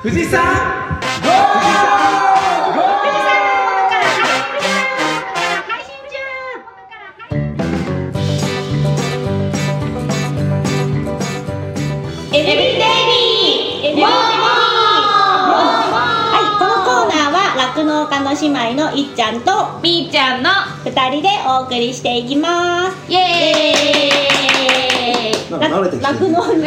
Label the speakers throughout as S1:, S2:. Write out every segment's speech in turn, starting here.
S1: 富士山ゴー
S2: 酪農家の姉妹のいっちゃんと
S3: みーちゃんの
S2: 2人でお送りしていきます。
S3: イエーイ。
S1: なんか慣れてきてる。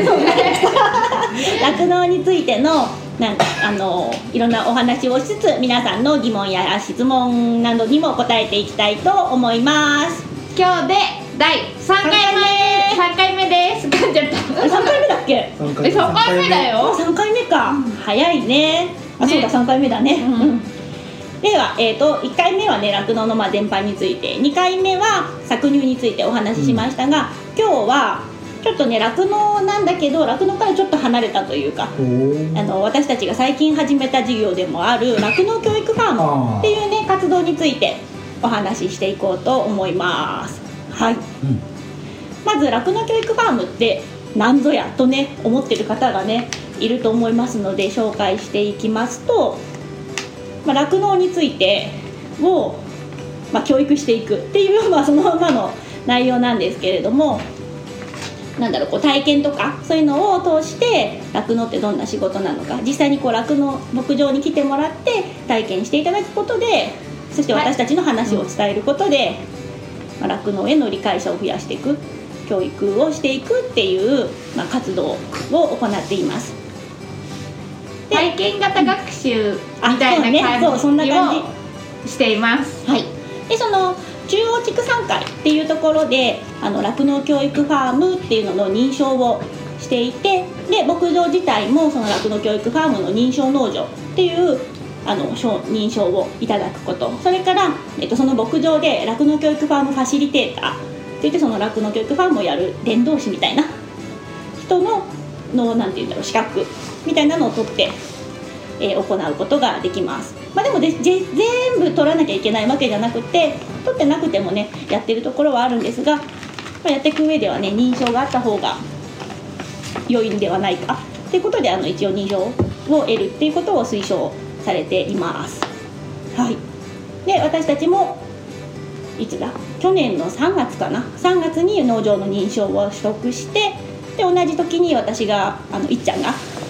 S2: 酪農についてのなんかいろんなお話をしつつ、皆さんの疑問や質問などにも答えていきたいと思います。
S3: 今日で第3回目です。噛んじゃった。
S2: 3回目だっけ
S3: ？3回目だよ。
S2: 3回目か、早いね。あ、そうだ、3回目だね。では、1回目はね、酪農の全般について、2回目は搾乳についてお話ししましたが、今日はちょっとね、酪農なんだけど、酪農からちょっと離れたというか、私たちが最近始めた事業でもある酪農教育ファームっていうね、活動についてお話ししていこうと思います。はい、まず酪農教育ファームって何ぞやとね、思ってる方がねいると思いますので、紹介していきますと、酪農についてを、教育していくっていう、そのままの内容なんですけれども、こう体験とかそういうのを通して酪農ってどんな仕事なのか、実際にこう酪農牧場に来てもらって体験していただくことで、そして私たちの話を伝えることで、酪農への理解者を増やしていく、教育をしていくっていう、活動を行っています。
S3: 体験型学習みたいな感じをしています。
S2: はい。で、その中央畜産会っていうところで酪農教育ファームっていうのの認証をしていて、で牧場自体もその酪農教育ファームの認証農場っていう認証をいただくこと、それから、その牧場で酪農教育ファームファシリテーターっていって、その酪農教育ファームをやる伝道師みたいな人のなんていうんだろう、資格みたいなのを取って、行うことができます。でも全部取らなきゃいけないわけじゃなくて、取ってなくてもねやってるところはあるんですが、やっていく上ではね、認証があった方が良いんではないかということで、一応認証を得るっていうことを推奨されています。はい。で、私たちもいつだ、去年の3月かな、3月に農場の認証を取得して、で同じ時に私がいっちゃんが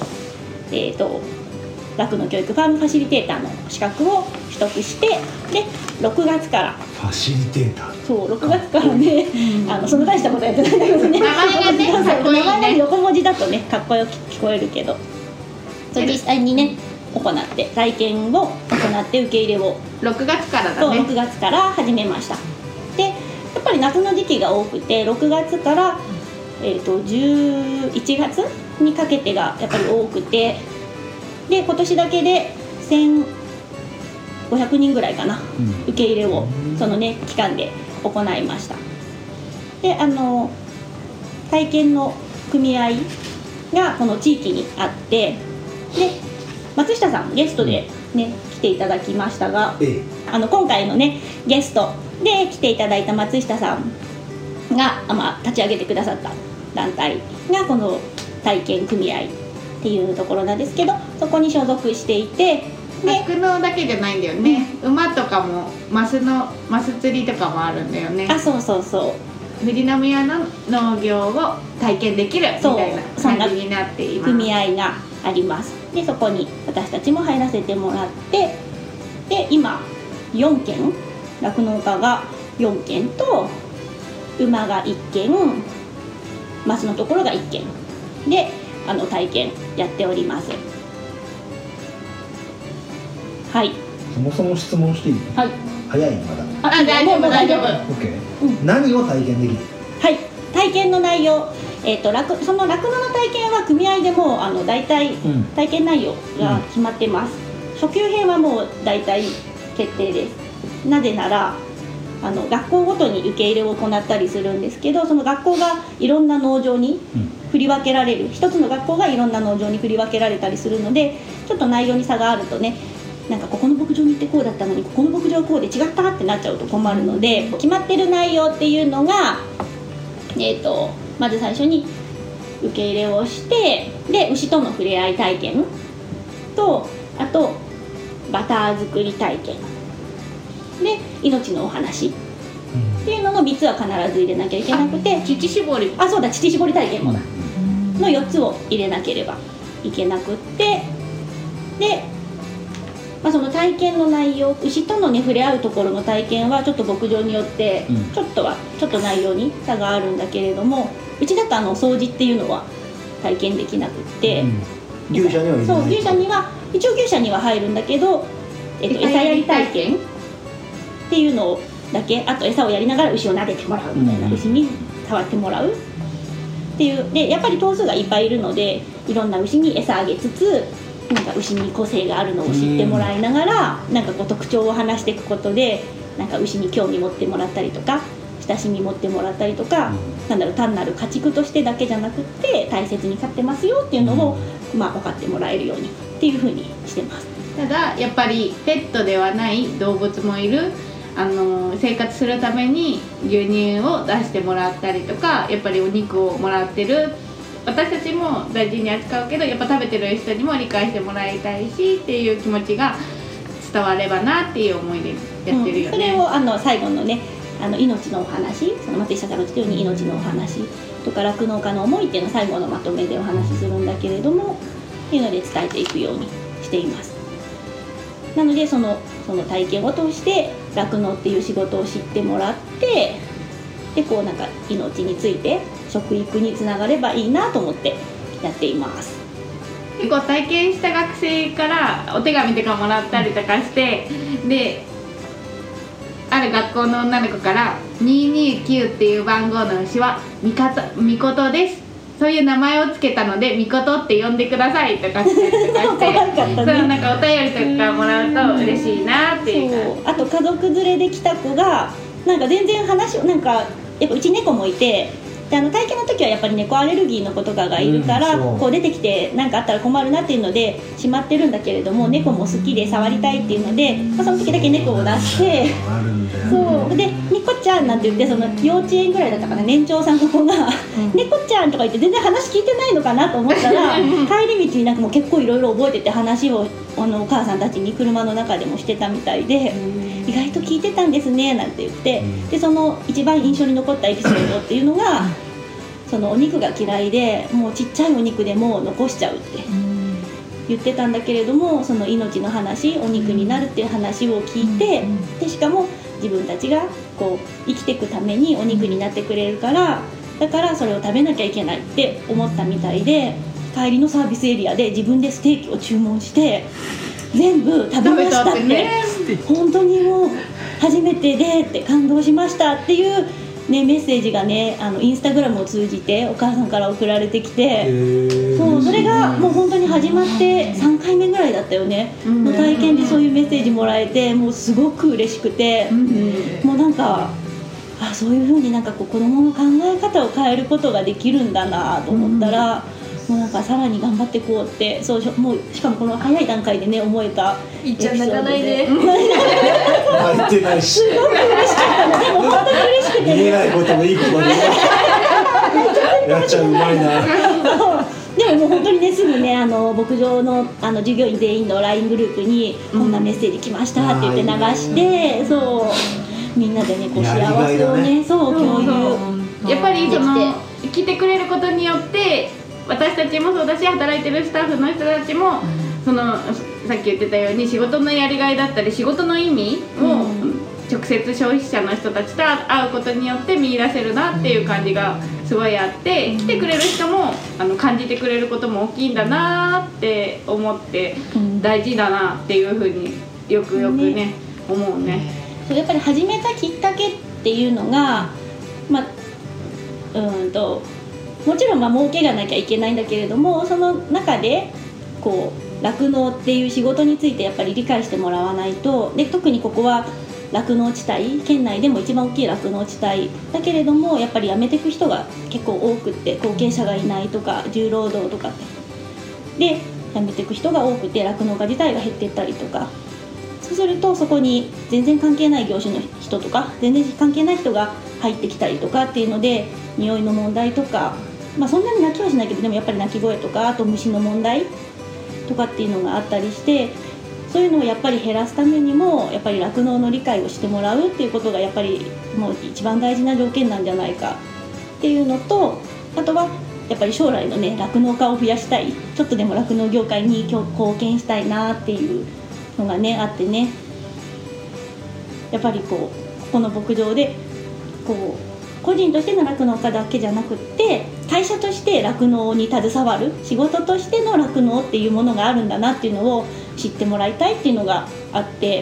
S2: 酪農教育ファームファシリテーターの資格を取得して、で6月から
S1: ファシリテーター、
S2: そう6月からね、その大したことやってないんだけどね、
S3: 名前がねかっこいいね、
S2: 名前が横文字だとねかっこよく聞こえるけど、実際にね行って体験を行って受け入れを
S3: 6月からだね。
S2: 6月から始めました。でやっぱり夏の時期が多くて、6月から11月にかけてがやっぱり多くて、で今年だけで1500人ぐらいかな、受け入れをそのね期間で行いました。で体験の組合がこの地域にあって、で松下さんゲストでね来ていただきましたが、今回のねゲストで来ていただいた松下さんが、立ち上げてくださった団体がこの体験組合っていうところなんですけど、そこに所属していて、
S3: 酪農だけじゃないんだよね、馬とかもマス釣りとかもあるんだよね。
S2: そうそうそう、
S3: 富士宮の農業を体験できるみたいな感じになっています。
S2: 組合があります。でそこに私たちも入らせてもらって、で今4軒、酪農家が4軒と馬が1軒、マスのところが1軒で体験やっております。はい。
S1: そもそも質問していい？
S2: はい。
S1: 早い？まだ。
S3: 大丈夫大丈夫。
S1: OK。何を体験できる？
S2: はい。体験の内容、その酪農の体験は組合でも大体体験内容が決まってます。初級編はもう大体決定です。なぜなら学校ごとに受け入れを行ったりするんですけど、その学校がいろんな農場に振り分けられる、一つの学校がいろんな農場に振り分けられたりするので、ちょっと内容に差があるとね、ここの牧場に行ってこうだったのにここの牧場はこうで違ったってなっちゃうと困るので、決まってる内容っていうのが、まず最初に受け入れをして、で牛との触れ合い体験と、あとバター作り体験で命のお話っていうのの3つは必ず入れなきゃいけなくて、
S3: 乳搾り、
S2: そうだ、乳搾り体験もだ、の4つを入れなければいけなくって、で、その体験の内容、牛とのね触れ合うところの体験はちょっと牧場によってちょっと内容に差があるんだけれども、うちだと掃除っていうのは体験できなくって、
S1: 牛舎には入れない。
S2: そう、牛舎には一応牛舎には入るんだけど、餌やり体験っていうのだけ、あと餌をやりながら牛を撫でてもらうみたいな、牛に触ってもらうっていう。でやっぱり頭数がいっぱいいるので、いろんな牛に餌あげつつ、なんか牛に個性があるのを知ってもらいながら、なんかこう特徴を話していくことで、なんか牛に興味持ってもらったりとか、親しみ持ってもらったりとか、なんだろう、単なる家畜としてだけじゃなくって大切に飼ってますよっていうのを、分かってもらえるようにっていう風にしてます。
S3: ただやっぱりペットではない動物もいる、生活するために牛乳を出してもらったりとか、やっぱりお肉をもらってる私たちも大事に扱うけど、やっぱ食べてる人にも理解してもらいたいしっていう気持ちが伝わればなっていう思いでやってるよね。
S2: それを最後のね、命のお話、その松下さんが言ったように命のお話とか酪農家の思いっていうのを最後のまとめでお話しするんだけれども、っていうので伝えていくようにしています。なのでその体験を通して酪農っていう仕事を知ってもらって、でこうなんか命について食育につながればいいなと思ってやっています。
S3: 結構体験した学生からお手紙とかもらったりとかして、である学校の女の子から229っていう番号の牛はみことです、そういう名前をつけたのでみことって呼んでくださいとかしてそうなんかお便りとかもらうと嬉しいなっていうか。
S2: あと家族連れで来た子がなんか全然話をなんかやっぱうち猫もいて、で体験の時はやっぱり猫アレルギーの子とかがいるから、こう出てきて何かあったら困るなっていうのでしまってるんだけれども、猫も好きで触りたいっていうので、その時だけ猫を出してそうで猫ちゃんなんて言って、その幼稚園ぐらいだったかな、年長さんの子が猫ちゃんとか言って全然話聞いてないのかなと思ったら帰り道になんかもう結構いろいろ覚えてて、話をお母さんたちに車の中でもしてたみたいで、意外と聞いてたんですねなんて言って、でその一番印象に残ったエピソードっていうのが、そのお肉が嫌いでもうちっちゃいお肉でも残しちゃうって言ってたんだけれども、その命の話、お肉になるっていう話を聞いて、でしかも自分たちがこう生きていくためにお肉になってくれるから、だからそれを食べなきゃいけないって思ったみたいで、帰りのサービスエリアで自分でステーキを注文して全部食べましたって、本当にもう初めてでって感動しましたっていうね、メッセージがね、インスタグラムを通じてお母さんから送られてきて、それがもう本当に始まって3回目ぐらいだったよね、の体験でそういうメッセージもらえて、もうすごく嬉しくて、もうなんかそういう風になんかこう子どもの考え方を変えることができるんだなと思ったら、もうなんかさらに頑張ってこうって、もうしかもこの早い段階でね思えた
S4: いっちゃん泣かないで
S1: 泣いてないし、
S2: すごく嬉しかったの。でも本当に嬉しくて、
S1: 言えないこともいいことでやっちゃう、うまいな。
S2: でももう本当にね、すぐね牧場の従業員全員の LINE グループにこんなメッセージ来ましたって言って流して、そうみんなでねこう幸せをね、そう共有
S3: やっぱり来てくれることによって私たちもそうだし、働いてるスタッフの人たちもさっき言ってたように仕事のやりがいだったり仕事の意味を直接消費者の人たちと会うことによって見出せるなっていう感じがすごいあって、来てくれる人も感じてくれることも大きいんだなって思って、大事だなっていうふうによくね思うね。
S2: そうやっぱり始めたきっかけっていうのが、もちろん儲けがなきゃいけないんだけれども、その中でこう酪農っていう仕事についてやっぱり理解してもらわないと。で特にここは酪農地帯、県内でも一番大きい酪農地帯だけれども、やっぱり辞めていく人が結構多くって、後継者がいないとか重労働とかで辞めていく人が多くて、酪農家自体が減っていったりとか、そうするとそこに全然関係ない業種の人とか全然関係ない人が入ってきたりとかっていうので、匂いの問題とか、そんなに泣きはしないけど、でもやっぱり鳴き声とか、あと虫の問題とかっていうのがあったりして、そういうのをやっぱり減らすためにもやっぱり酪農の理解をしてもらうっていうことがやっぱりもう一番大事な条件なんじゃないかっていうのと、あとはやっぱり将来のね酪農家を増やしたい、ちょっとでも酪農業界に貢献したいなっていうのがねあってね、やっぱりここの牧場で個人としての酪農家だけじゃなくって会社として酪農に携わる仕事としての酪農っていうものがあるんだなっていうのを知ってもらいたいっていうのがあって、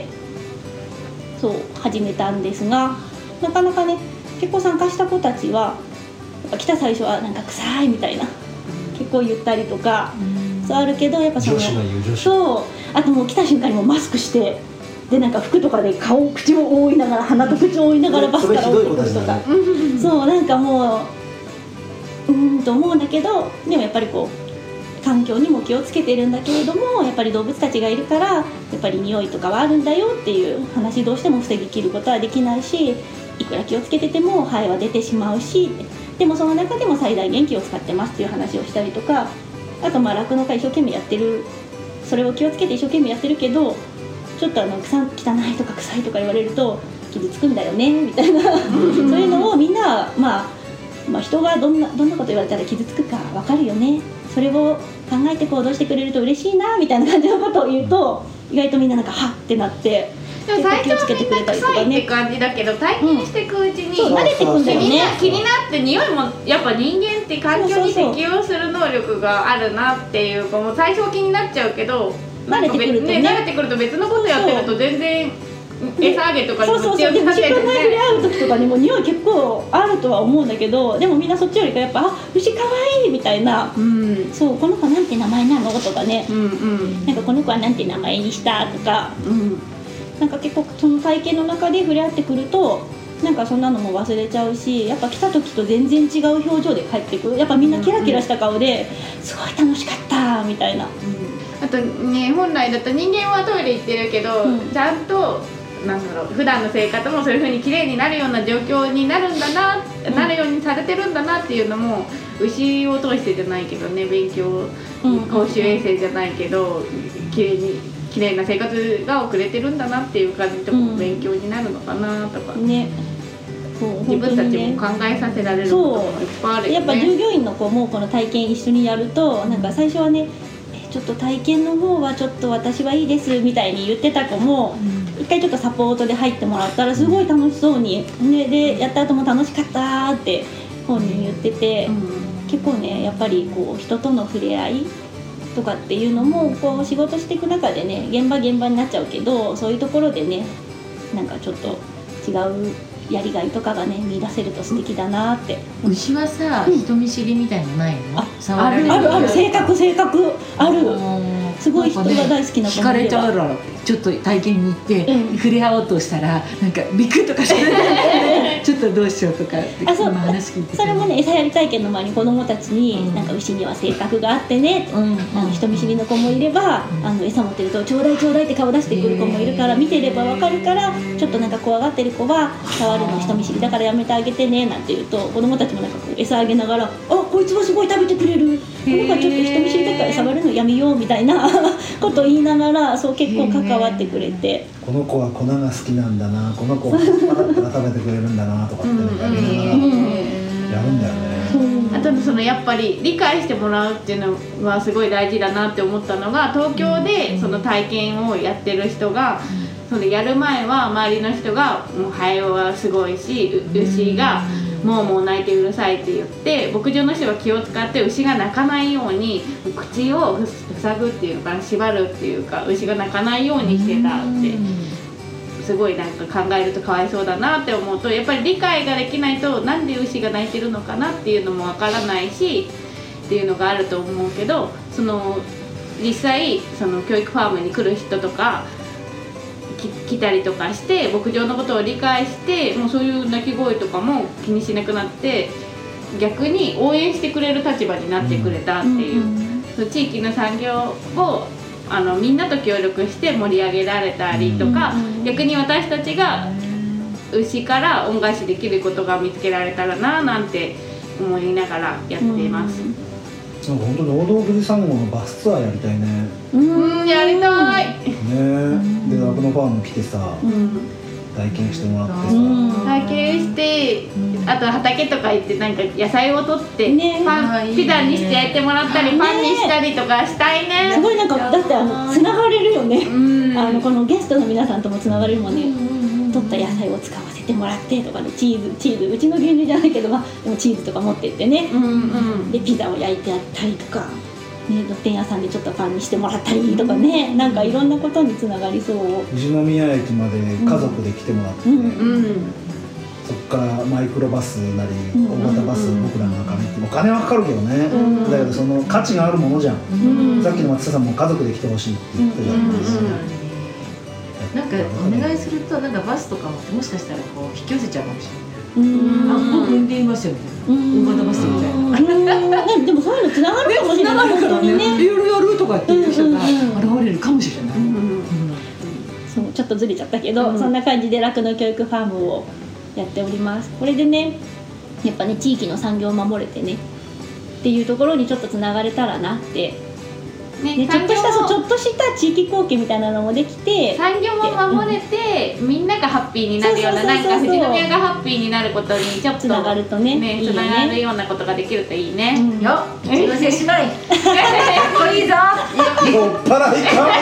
S2: そう始めたんですが、なかなかね結構参加した子たちはやっぱ来た最初はなんか臭いみたいな結構言ったりとか、そうあるけどやっぱ
S1: 女子が言う女子、
S2: そうあともう来た瞬間にもうマスクしてでなんか服とかで顔口を覆いながら鼻と口を覆いながらバスから降りてくるとか、そうなんかもうと思うんだけど、でもやっぱり環境にも気をつけてるんだけれどもやっぱり動物たちがいるからやっぱり匂いとかはあるんだよっていう話どうしても防ぎきることはできないし、いくら気をつけててもハエは出てしまうし、でもその中でも最大限気を使ってますっていう話をしたりとか、あと酪農家一生懸命やってる、それを気をつけて一生懸命やってるけどちょっと汚いとか臭いとか言われると傷つくんだよねみたいなそういうのをみんな、まあ、人がどんなこと言われたら傷つくか分かるよね、それを考えて行動してくれると嬉しいなみたいな感じのことを言うと意外とみんななんかはってなって、
S3: でも最初はみんな臭いって感じだけど体験していくうちに、
S2: そう慣れてくんだよね。
S3: みんな気になって匂いもやっぱ人間って環境に適応する能力があるなっていうか、もう最初は気になっちゃうけど
S2: 慣れてくるとね
S3: 慣れてくると別のことやってると全然餌あげとかにも
S2: そう
S3: 強くなってる
S2: 虫と触れ合う時とかにも匂い結構あるとは思うんだけど、でもみんなそっちよりかやっぱ牛かわいいみたいな、そうこの子なんて名前なのとかね、なんかこの子はなんて名前にしたとか、なんか結構その体験の中で触れ合ってくるとなんかそんなのも忘れちゃうし、やっぱ来た時と全然違う表情で帰ってくる、やっぱみんなキラキラした顔ですごい楽しかったみたいな、
S3: あとね本来だと人間はトイレ行ってるけど、ちゃんとなんだろう普段の生活もそういう風に綺麗になるような状況になるんだな、なるようにされてるんだなっていうのも牛を通してじゃないけどね、勉強、公衆衛生じゃないけど綺麗な生活が遅れてるんだなっていう感じとかも勉強になるのかなとか、
S2: ね、
S3: 自分たちも考えさせられることもいっぱいあるよね。
S2: やっぱ従業員の子もこの体験一緒にやるとなんか最初はねちょっと体験の方はちょっと私はいいですみたいに言ってた子も、一回ちょっとサポートで入ってもらったらすごい楽しそうに、でやった後も楽しかったって本人言ってて、結構ねやっぱり人との触れ合いとかっていうのも仕事していく中でね現場になっちゃうけど、そういうところでねなんかちょっと違うやりがいとかがね見出せると素敵だなって。
S4: 牛はさ、人見知りみたいのないの？触られる？
S2: ある性格ある。すごい人が大好きな子
S4: 惹かれちゃうだろ。ちょっと体験に行って、触れ合おうとしたらなんかビクッとかしてちょっとどうしようとかって
S2: そう
S4: 話聞いて、
S2: それもね餌やり体験の前に子どもたちに、なんか牛には性格があってね、人見知りの子もいれば、餌持ってるとちょうだいちょうだいって顔出してくる子もいるから、見てればわかるから、ちょっとなんか怖がってる子は触るの人見知りだからやめてあげてねなんて言うと、子どもたちもなんか餌あげながらこいつはすごい食べてくれる、この子はちょっと人見知りだから触るのやめようみたいなことを言いながら、そう結構関わってくれて、
S1: この子は粉が好きなんだな、この子はパラッと食べてくれるんだなとかってねやりながらやるんだよね。
S3: あとやっぱり理解してもらうっていうのはすごい大事だなって思ったのが、東京でその体験をやってる人が、それやる前は周りの人がもうハエはすごいし、牛がもう泣いてうるさいって言って、牧場の人が気を使って牛が泣かないように口を塞ぐっていうのかな、縛るっていうか、牛が泣かないようにしてたって、すごいなんか考えるとかわいそうだなって思うと、やっぱり理解ができないとなんで牛が泣いてるのかなっていうのもわからないしっていうのがあると思うけど、実際教育ファームに来る人とか来たりとかして牧場のことを理解して、もうそういう鳴き声とかも気にしなくなって、逆に応援してくれる立場になってくれたっていう、地域の産業をみんなと協力して盛り上げられたりとか、逆に私たちが牛から恩返しできることが見つけられたらななんて思いながらやっています。
S1: なんか本当に農道富士山号のバスツアーやりたいね。
S3: やりたい。
S1: ねで酪農ファーム来てさ、体験してもらってさ、
S3: 体験して、あと畑とか行ってなんか野菜を取ってピザにして焼いてもらったり、パンにしたりとかしたいね。
S2: すごいなんかだってつながれるよね。このゲストの皆さんともつながれるもんね。取った野菜を使わせてもらってとかね、チーズうちの牛乳じゃないけど、でもチーズとか持ってってね、でピザを焼いてやったりとか、ね、土店屋さんでちょっとパンにしてもらったりとかね、なんかいろんなことにつながりそう。
S1: 富士宮駅まで家族で来てもらって、そっからマイクロバスなり大型バス僕らの中に行って、お金はかかるけどね、だけどその価値があるものじゃん。さっきの松下さんも家族で来てほしいって言ってたじゃないですか。
S4: なんかお願いするとなんかバスとかもしかしたらこう引き寄せちゃうかもしれない。僕運転いますよみたいな、大型バスみたいな。
S2: でもそういうのつながるかもしれない。本当にね。
S4: やるとかっていう人が現れるかもしれない。
S2: そうちょっとずれちゃったけど、そんな感じで酪農教育ファームをやっております。これでね、やっぱね地域の産業を守れてねっていうところにちょっとつながれたらなって。ね、ちょっとした地域貢献みたいなのもできて、
S3: 産業も守れて、みんながハッピーになるような、なんか富士宮がハッピーになることにちょっと
S2: つながるとね、
S3: つながるようなことができるといいね。
S4: よっ、自分でしない。これいいぞ。
S1: 酔っ払いか。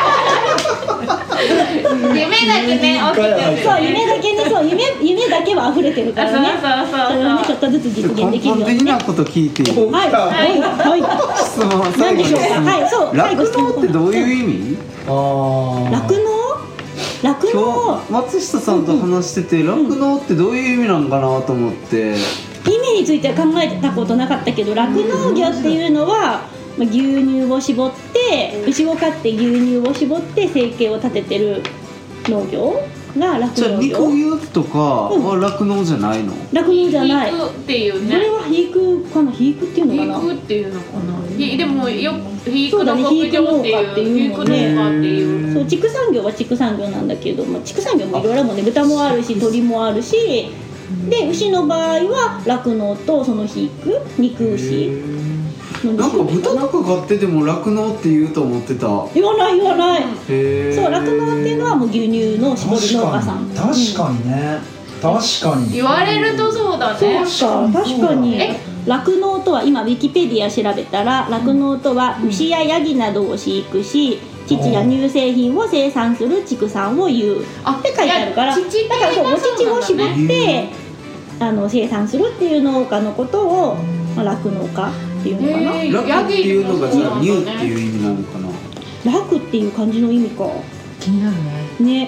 S3: 夢だけね、大きく。
S2: そう夢だけね、そう夢だけは溢れてるからね。それをねちょっとずつ実現できるようにね。
S5: 根本的なこと聞いていい？
S2: はい
S5: 質問最後です。
S2: はいそう。
S5: 酪農ってどういう意味？
S2: 酪農
S5: 今日松下さんと話してて、酪農ってどういう意味なんかなと思って。
S2: 意味については考えたことなかったけど、酪農業っていうのは牛乳を絞って牛を飼って牛乳を絞って生計を立ててる農業が酪
S5: じゃあ
S2: 農業。
S5: 肉牛とかは酪農じゃないの？
S2: 酪農じゃない。
S3: 肥育っていうね。
S2: それは肥育かな、肥育っていうのかな。
S3: 肥育っていうのかな。でも肥育の牧場っていう肥育農家っていう。
S2: そう畜産業は畜産業なんだけど、畜産業もいろいろあるもんね。豚もあるし鶏もあるし、で牛の場合は酪農とその肥育肉牛の2
S5: なんか
S2: 種類かな。
S5: 豚とか飼ってても酪農って言うと思ってた。
S2: 言わない。
S5: そう
S2: 酪農っていうのはもう牛乳の絞る農家さん。
S1: 確かにね、確かに
S3: 言われるとそうだね。
S2: 確かに。酪農とは今ウィキペディア調べたら、酪農とは牛やヤギなどを飼育し、乳や乳製品を生産する畜産を言うって書いてあるから、だからそうお乳を絞って生産するっていう農家のことを酪農家っていうのかな。
S5: 酪っていうのがじゃあ乳っていう意味なのかな。
S2: 酪っていう感じの意味か。
S4: 気になるね。
S2: ね。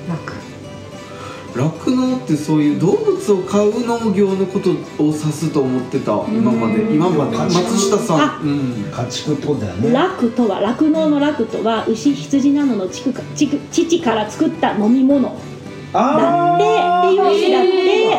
S5: 酪農ってそういう動物を飼う農業のことを指すと思ってた。今まで松下さん、
S1: 家畜ってことだよね。
S2: 酪とは酪農の酪とは牛羊などの乳から作った飲み物だってっていう意味だって。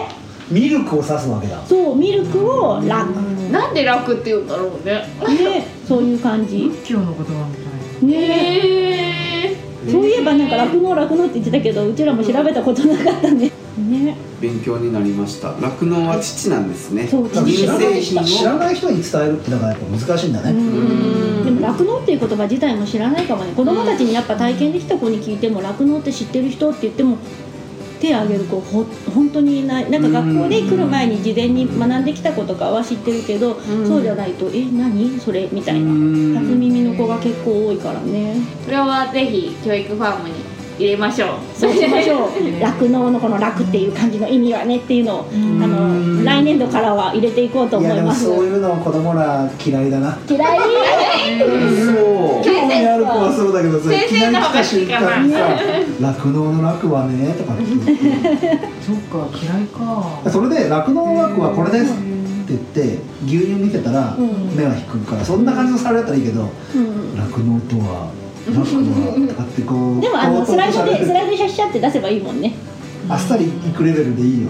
S1: ミルクを指すわけだ。
S2: そうミルクを酪。
S3: なんで酪って言うんだろうね。
S2: ね、そういう感じ。
S4: 仏教の言葉みたいな。
S2: ね。そういえばなんか酪農って言ってたけど、うちらも調べたことなかったね。ね。
S5: 勉強になりました。酪農は乳なんですね。
S2: そう
S5: 乳
S1: 知ら
S5: 製品を
S1: ない人に伝えるってのがやっぱ難しいんだね。
S2: でも酪農っていう言葉自体も知らないかもね。子供たちにやっぱ体験できた子に聞いても、酪農って知ってる人って言っても手を挙げる子本当にいない。なんか学校で来る前に事前に学んできた子とかは知ってるけど、そうじゃないと何それみたいな初耳の子が結構多いからね。
S3: これはぜひ教育ファームに入れましょう。
S2: そうしましょう。酪農のこの酪っていう感じの意味はねっていうのを来年度からは入れていこうと思います。
S1: いやでもそういうの子供ら嫌いだな。
S2: 嫌い。
S5: そう
S1: 興味ある子はそうだけど、それいきなり来た瞬間にさ
S3: 先
S1: 酪農の酪はねとかって言って
S4: そっか、嫌いか。
S1: それで酪農の酪はこれですって言って牛乳見てたら目が引くから、そんな感じのされだったらいいけど、酪農とは酪はとかってこう
S2: でもスライドでシャッシャって出せばいいもんね。
S1: あっさりいくレベルでいいよ。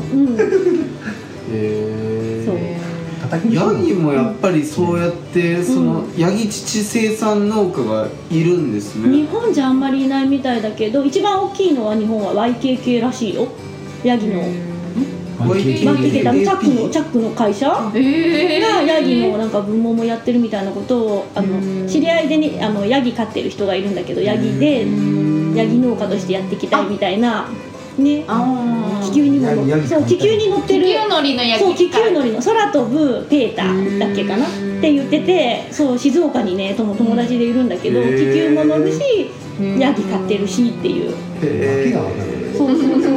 S2: そう。
S5: ヤギもやっぱりそうやってそのヤギ乳生産農家がいるんですね。
S2: 日本じゃあんまりいないみたいだけど、一番大きいのは日本は YKK らしいよ。ヤギの YKK チャックの会社がヤギのなんか分毛もやってるみたいなことを知り合いでねヤギ飼ってる人がいるんだけど、ヤギでヤギ農家としてやっていきたいみたいなね、気球にもそう気球に乗ってる
S3: 気球乗りのヤギ、
S2: そう気球乗りの空飛ぶペーターだっけかなって言ってて、そう静岡にね友達でいるんだけど、気球も乗るしヤギ飼ってるしっていう、そう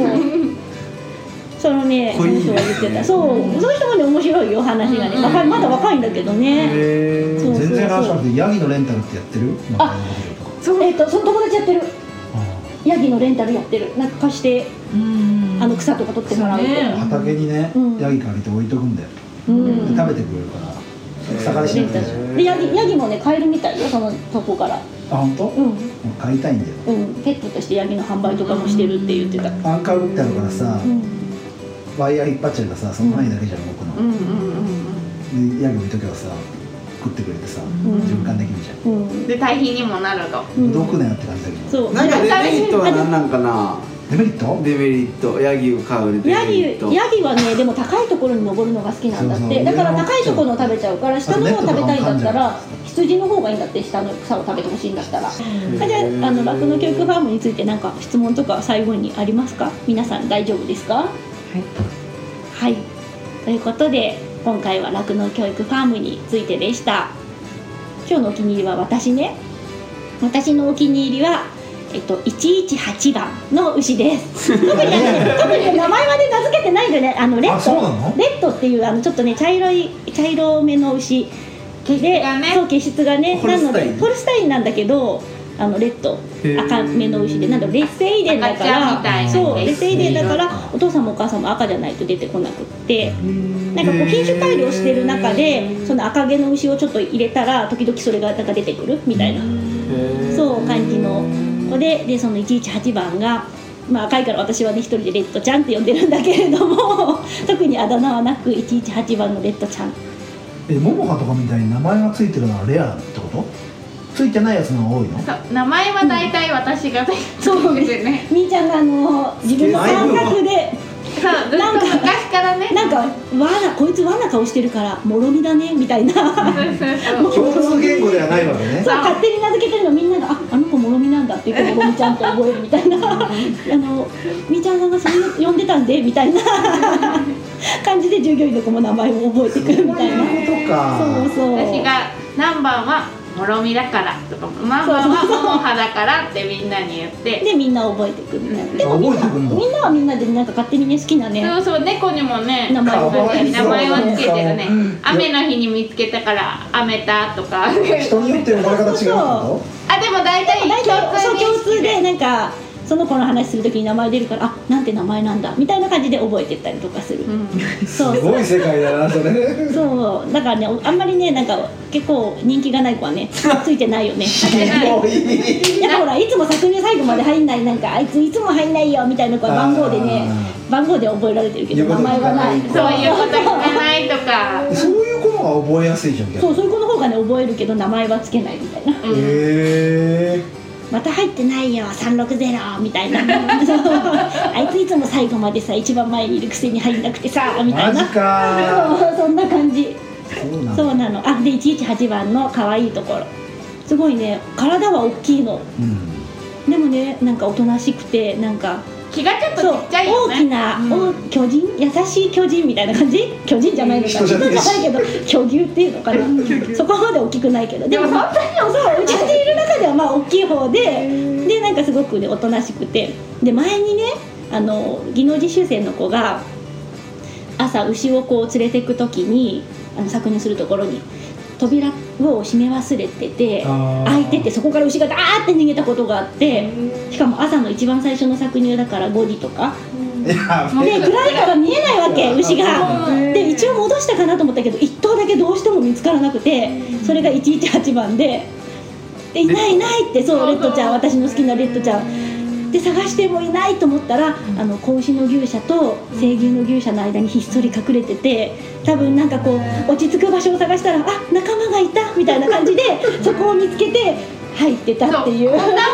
S2: そのねその人が言ってた、そういう人もね面白いよ話がね、まだ若いんだけどね。
S1: 全然話しなくてヤギのレンタルってやってる？
S2: その友達やってる。ヤギのレンタルやってる。なんか貸して草とか取ってもらうと、
S1: 畑にねヤギ借りて置いとくんだよ。で食べてくれるから草刈りしなくていいじゃん。
S2: でヤギもね買えるみたいよ、そのとこから。
S1: あ、本当？買いたいんだよ。
S2: ペットとしてヤギの販売とかもしてるって言ってた。
S1: アンカー打ってあるからさ、ワイヤー引っ張っちゃえばさ、その範囲だけじゃ動くの。でヤギ置いとけばさ食ってくれてさ、循環できるじゃん。
S3: で大品にもなると。
S1: どくねって感じだけど。
S2: そう。
S5: なんかデメリットは何なんかな。
S1: デメリット
S5: ヤギを飼うデメリット。
S2: ヤギはねでも高いところに登るのが好きなんだって。だから高いところの食べちゃうから、下の方を食べたいんだったら羊の方がいいんだって、下の草を食べてほしいんだったら。じゃあ酪農教育ファームについて何か質問とか最後にありますか？皆さん大丈夫ですか？はい。ということで今回は酪農教育ファームについてでした。今日のお気に入りは私のお気に入りは118番の牛です。特に名前まで名付けてないんだよね。レッドっていうちょっとね茶色めの牛で、そう毛質がね、なのでホルスタインなんだけどレッド赤めの牛で、なんだろう、劣勢遺伝だから、そう劣勢遺伝だからお父さんもお母さんも赤じゃないと出てこなくって、なんかこう品種改良してる中でその赤毛の牛をちょっと入れたら時々それがなんか出てくるみたいな、そう感じの子で、その118番が、赤いから私はね一人でレッドちゃんって呼んでるんだけれども特にあだ名はなく118番のレッドちゃん。
S1: モモハとかみたいに名前がついてるのはレアってこと？ついてないやつの方が多いの？
S3: そう、名前は大体私がそうですよね。
S2: みーちゃんが自分の感覚で
S3: そう、ずっと昔からね、
S2: なんかこいつ和な顔してるからもろみだねみたいな
S1: 共通言語ではないわけね。
S2: そう、勝手に名付けてるの、みんながあの子もろみなんだって言ってもろみちゃんって覚えるみたいなみーちゃんさんがそう呼んでたんでみたいな感じで従業員の子も名前を覚えてくるみたいな。そう
S3: 私が何番はもろみだからとか、何番はももはだからってみんなに言って
S2: でみんな覚えてくるみたいな。でもみんなはみんなでなんか勝手にね好きなね、
S3: そう猫にもね名前をつけてるね。雨の日に見つけたから雨たとか
S1: 人によって呼ばれ方違うってこと？
S3: でも大体
S2: 共通でなんかその子の話するときに名前出るからなんて名前なんだみたいな感じで覚えてったりとかする、
S1: すごい世界だなそれ。
S2: そうだからね、あんまりねなんか結構人気がない子はねついてないよね。いやほらいつも作入最後まで入んない、なんかあいついつも入んないよみたいな子は番号で覚えられてるけど名前がない、
S3: そういうこと聞かないとか
S1: そういう子の方が覚えやすいじゃん。
S2: そういう子の方がね覚えるけど名前はつけないみたいな。また入ってないよ360みたいなあいついつも最後までさ一番前にいるくせに入んなくてさみたいな。
S1: マジか
S2: そんな感じ。そうなの。で118番の可愛いところすごいね、体は大きいの、でもねなんかおとなしくてなんか
S3: 気がちょっとちっちゃいよね。
S2: 大きな、巨人、優しい巨人みたいな感じ。巨人じゃないのか、人じゃないけど巨牛っていうのかなそこまで大きくないけど、でも本当にそううちにいる中では大きい方でなんかすごくねおとなしくて、で前にね技能実習生の子が朝牛をこう連れてく時に搾乳するところに扉を閉め忘れてて開いてて、そこから牛がダーって逃げたことがあって、しかも朝の一番最初の搾乳だから5時とかで暗いから見えないわけ牛が。で一応戻したかなと思ったけど1頭だけどうしても見つからなくて、それが118番でいないいないって、そうレッドちゃん、私の好きなレッドちゃんで探してもいないと思ったら子牛の牛舎と成牛の牛舎の間にひっそり隠れてて、多分なんかこう落ち着く場所を探したら仲間がいたみたいな感じでそこを見つけて入ってたっていう。
S3: こんな細い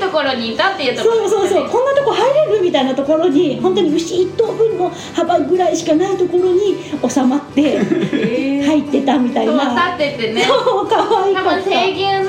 S3: ところにいたっていうところ
S2: そうこんなとこ入れるみたいなところに、本当に牛1頭分の幅ぐらいしかないところに収まって入ってたみたいな。
S3: そう立っててね、
S2: そう可愛かった。
S3: 多分生牛の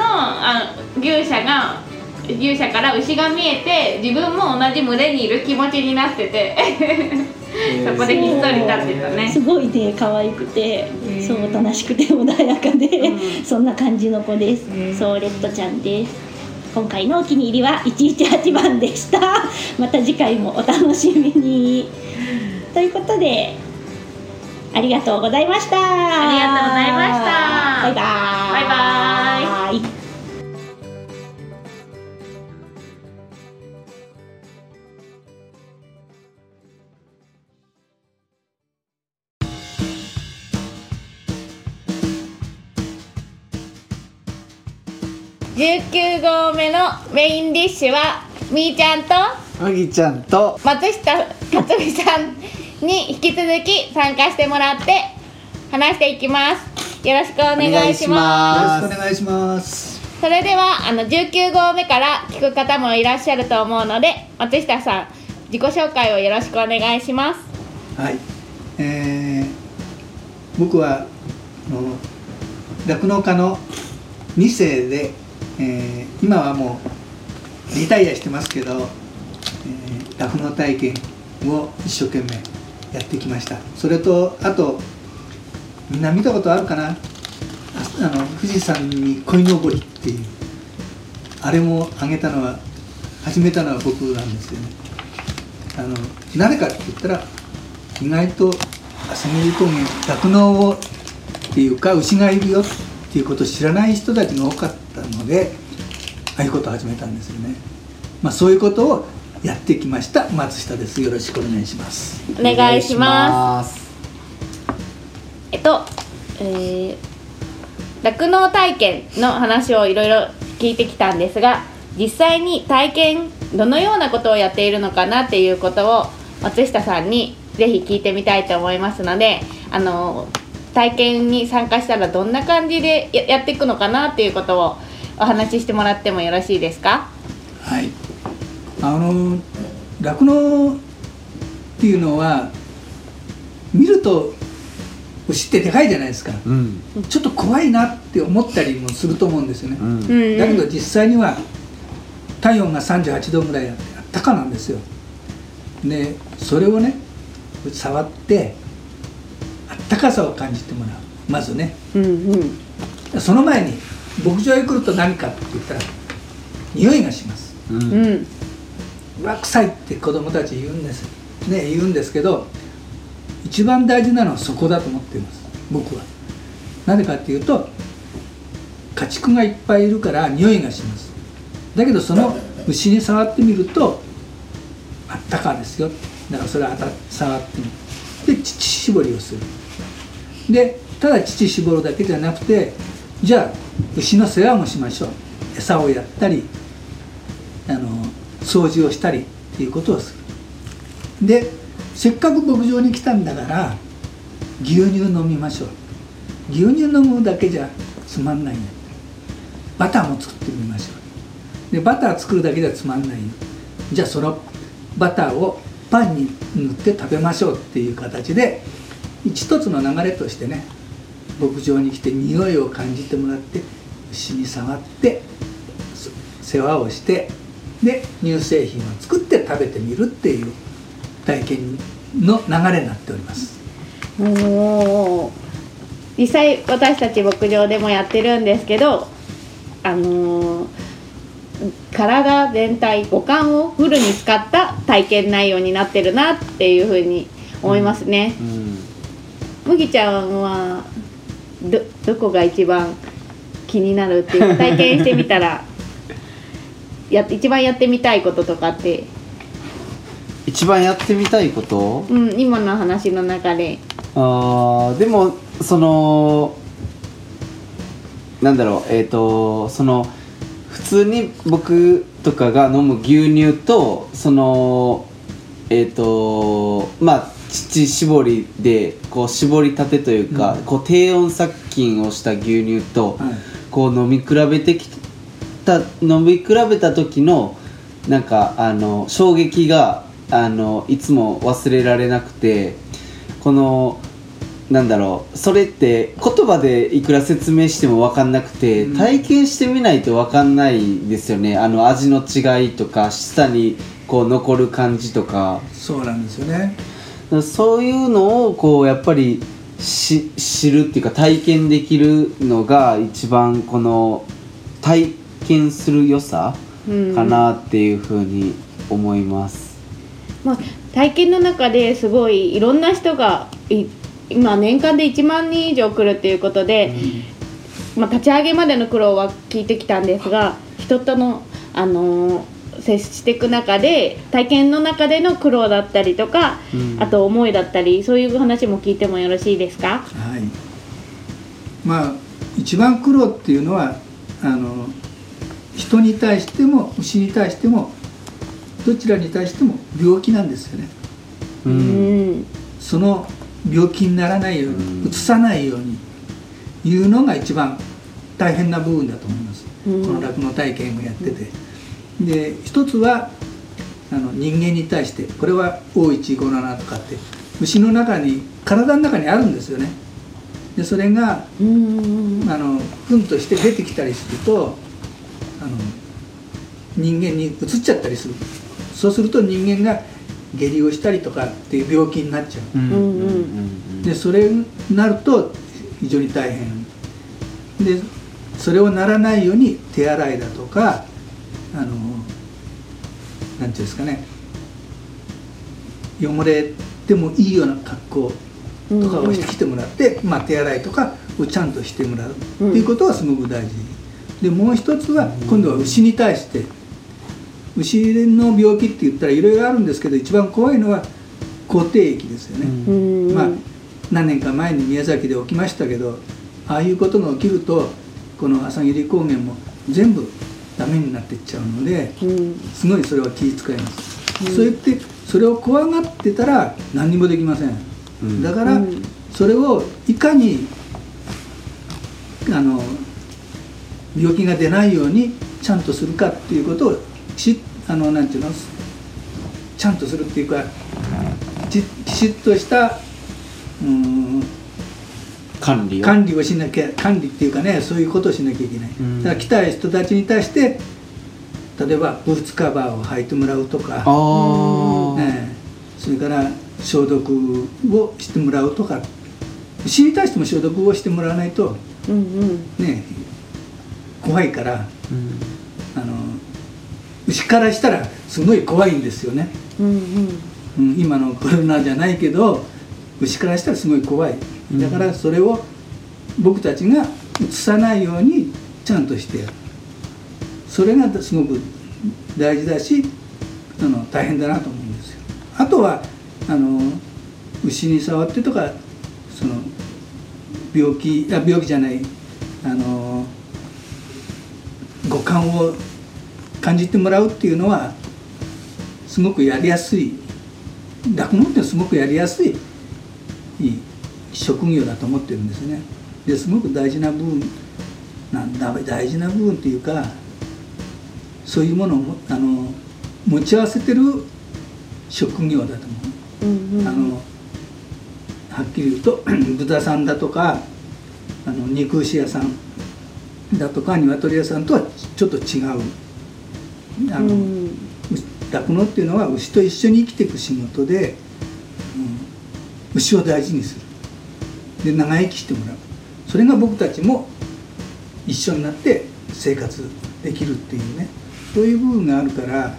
S3: 牛舎から牛が見えて、自分も同じ群れにいる気持ちになっててそこでひっそり立ってたね。
S2: すごいね、可愛くて、そうおとなしくて穏やかで、そんな感じの子です。そうレッドちゃんです。今回のお気に入りは118番でした。また次回もお楽しみに。ということで、ありがとうございました。
S3: ありがとうございました。
S2: バイバーイ。
S3: バイバーイ。19号目のメインディッシュはみーちゃんと
S5: あぎちゃんと
S3: 松下克美さんに引き続き参加してもらって話していきます。よろしくお願いします。
S1: よろしくお願いします。
S3: それでは19号目から聞く方もいらっしゃると思うので、松下さん自己紹介をよろしくお願いします。
S6: はい、僕は酪農家の2世で、今はもうリタイアしてますけど、酪農体験を一生懸命やってきました。それとあとみんな見たことあるかな、富士山に鯉のぼりっていうあれも始めたのは僕なんですよね。なぜかって言ったら、意外と朝霧高原酪農をっていうか牛がいるよっていうことを知らない人たちが多かったので、ああいうことを始めたんですよね。そういうことをやってきました松下です。よろしくお願いします。
S3: お願いします。酪農体験の話をいろいろ聞いてきたんですが、実際に体験どのようなことをやっているのかなっていうことを松下さんにぜひ聞いてみたいと思いますので、体験に参加したらどんな感じでやっていくのかなっていうことをお話ししてもらってもよろしいですか？
S6: はい、酪農っていうのは見ると牛ってでかいじゃないですか、ちょっと怖いなって思ったりもすると思うんですよね、だけど実際には体温が38度ぐらいあったかなんですよ。でそれをね触ってあったかさを感じてもらう、まずね、その前に牧場へ来ると何かって言ったら匂いがします、うわ臭いって子供たち言うんですけど、一番大事なのはそこだと思っています僕は。なぜかっていうと家畜がいっぱいいるから匂いがします。だけどその牛に触ってみるとあったかですよ。だからそれを触ってみる。で乳搾りをする。でただ乳搾るだけじゃなくて、じゃあ牛の世話もしましょう。餌をやったり掃除をしたりっていうことをする。でせっかく牧場に来たんだから牛乳飲みましょう。牛乳飲むだけじゃつまんないよ。バターも作ってみましょう。でバター作るだけじゃつまんないよ。じゃあそのバターをパンに塗って食べましょうっていう形で、一つの流れとしてね、牧場に来て匂いを感じてもらって、牛に触って世話をして、で乳製品を作って食べてみるっていう体験の流れになっております。
S3: 実際私たち牧場でもやってるんですけど、体全体五感をフルに使った体験内容になってるなっていうふうに思いますね。麦ちゃんはどこが一番気になるっていう体験してみたら一番やってみたいこととかって。
S5: 一番やってみたいこと？
S3: 今の話の中で。
S5: でもなんだろう、普通に僕とかが飲む牛乳と乳搾りでこう搾りたてというか、こう低温殺菌をした牛乳と、こう飲み比べた時のなんか衝撃がいつも忘れられなくて、このなんだろう、それって言葉でいくら説明しても分かんなくて、体験してみないと分かんないですよね。味の違いとか舌にこう残る感じとか。
S6: そうなんですよね。
S5: そういうのをこうやっぱり知るっていうか体験できるのが一番この体験する良さかなっていうふうに思います。
S3: まあ、体験の中ですごいいろんな人が今年間で1万人以上来るっていうことで、まあ、立ち上げまでの苦労は聞いてきたんですが、人との、接していく中で体験の中での苦労だったりとか、あと思いだったり、そういう話も聞いてもよろしいですか？
S6: はい。まあ一番苦労っていうのは人に対しても牛に対してもどちらに対しても病気なんですよね。その病気にならないように、うつさないようにいうのが一番大変な部分だと思います。この酪農体験をやってて、で一つは人間に対して、これは O157 とかって牛の中に体の中にあるんですよね。でそれが糞として出てきたりすると人間にうつっちゃったりする。そうすると人間が下痢をしたりとかっていう病気になっちゃう。でそれになると非常に大変で、それをならないように手洗いだとかなんていうんですかね、汚れてもいいような格好とかをしてきてもらって、まあ、手洗いとかをちゃんとしてもらうっていうことはすごく大事で、もう一つは今度は牛に対して、牛の病気って言ったらいろいろあるんですけど、一番怖いのは口蹄疫ですよね。まあ何年か前に宮崎で起きましたけど、ああいうことが起きるとこの朝霧高原も全部ダメになっていっちゃうので、すごいそれは気遣います。そうやってそれを怖がってたら何にもできません。だからそれをいかに病気が出ないようにちゃんとするかっていうことをなんていうの、ちゃんとするっていうか、きちっとした管理をしなきゃ、管理っていうかね、そういうことをしなきゃいけない。だから来た人たちに対して例えばブーツカバーを履いてもらうとか、それから消毒をしてもらうとか、牛に対しても消毒をしてもらわないと、ね、怖いから、牛からしたらすごい怖いんですよね。今のコロナじゃないけど牛からしたらすごい怖い。だからそれを僕たちがうつさないようにちゃんとしてやる。それがすごく大事だし大変だなと思うんですよ。あとは牛に触ってとか、その病気じゃない、五感を感じてもらうっていうのはすごくやりやすい、酪農ってすごくやりやすい職業だと思ってるんですね。ですごく大事な部分大事な部分っていうか、そういうものを持ち合わせてる職業だと思う。はっきり言うと豚さんだとか肉牛屋さんだとか鶏屋さんとはちょっと違う。酪農っていうのは牛と一緒に生きていく仕事で、牛を大事にする、で長生きしてもらう。それが僕たちも一緒になって生活できるっていうね、そういう部分があるから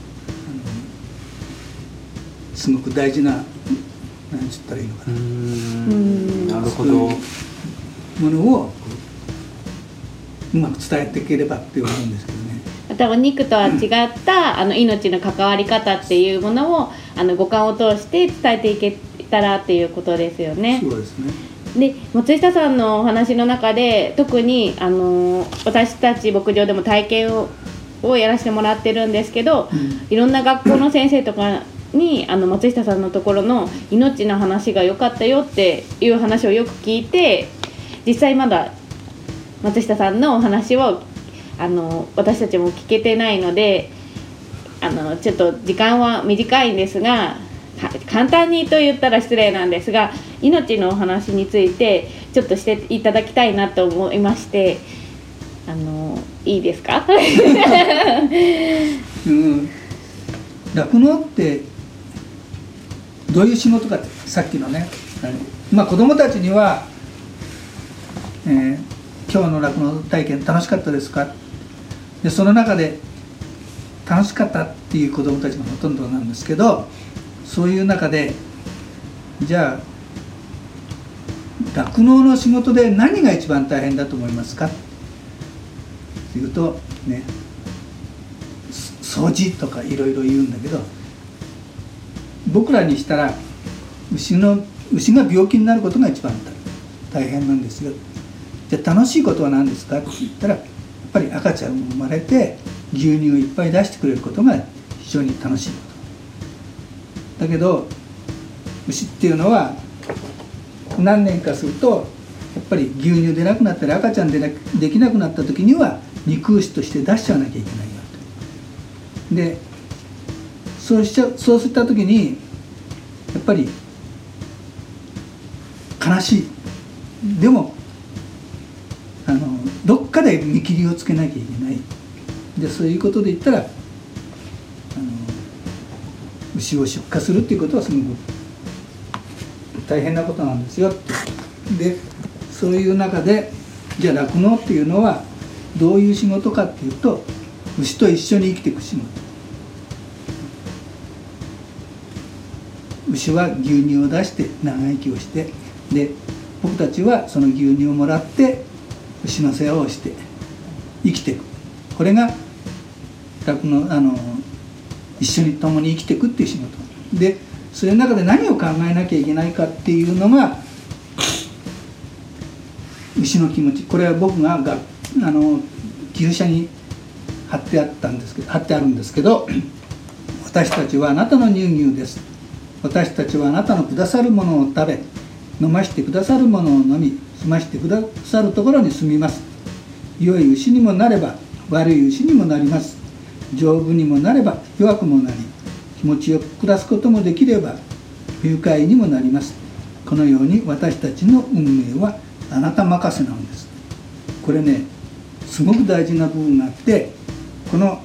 S6: すごく大事な、なんつったらいいのかな、
S5: なるほど、
S6: ものをうまく伝えていければって思うんですけどね。
S3: またお肉とは違った命の関わり方っていうものを五感を通して伝えていけたらっていうことですよね。
S6: そうですね。
S3: で松下さんのお話の中で特に私たち牧場でも体験をやらせてもらってるんですけど、いろんな学校の先生とかに松下さんのところの命の話が良かったよっていう話をよく聞いて、実際まだ松下さんのお話を私たちも聞けてないので、 ちょっと時間は短いんですが、簡単にと言ったら失礼なんですが、命のお話についてちょっとしていただきたいなと思いまして、いいですか？
S6: 酪農ってどういう仕事かって、さっきのね、子どもたちには、今日の酪農体験楽しかったですか？でその中で楽しかったっていう子どもたちがほとんどなんですけど、そういう中でじゃあ酪農の仕事で何が一番大変だと思いますかっていうとね、掃除とかいろいろ言うんだけど、僕らにしたら牛が病気になることが一番大変なんですよ。じゃあ楽しいことは何ですかって言ったら、やっぱり赤ちゃんが生まれて牛乳をいっぱい出してくれることが非常に楽しいことだけど、牛っていうのは何年かするとやっぱり牛乳出なくなったり赤ちゃんできなくなった時には肉牛として出しちゃわなきゃいけないよと。でそうした時にやっぱり悲しい。でもどっかで見切りをつけなきゃいけない。でそういうことで言ったら牛を出荷するっていうことはすごく大変なことなんですよ。でそういう中でじゃあ酪農っていうのはどういう仕事かっていうと、牛と一緒に生きていく仕事。牛は牛乳を出して長生きをして、で僕たちはその牛乳をもらって牛の世話をして生きていく。これが酪農一緒に共に生きていくっていう仕事で、それの中で何を考えなきゃいけないかっていうのが牛の気持ち。これは僕が牛舎に貼ってあるんですけど、私たちはあなたの乳牛です。私たちはあなたのくださるものを食べ、飲ましてくださるものを飲み、住ましてくださるところに住みます。良い牛にもなれば悪い牛にもなります。丈夫にもなれば弱くもなり、気持ちよく暮らすこともできれば不愉快にもなります。このように私たちの運命はあなた任せなんです。これね、すごく大事な部分があって、この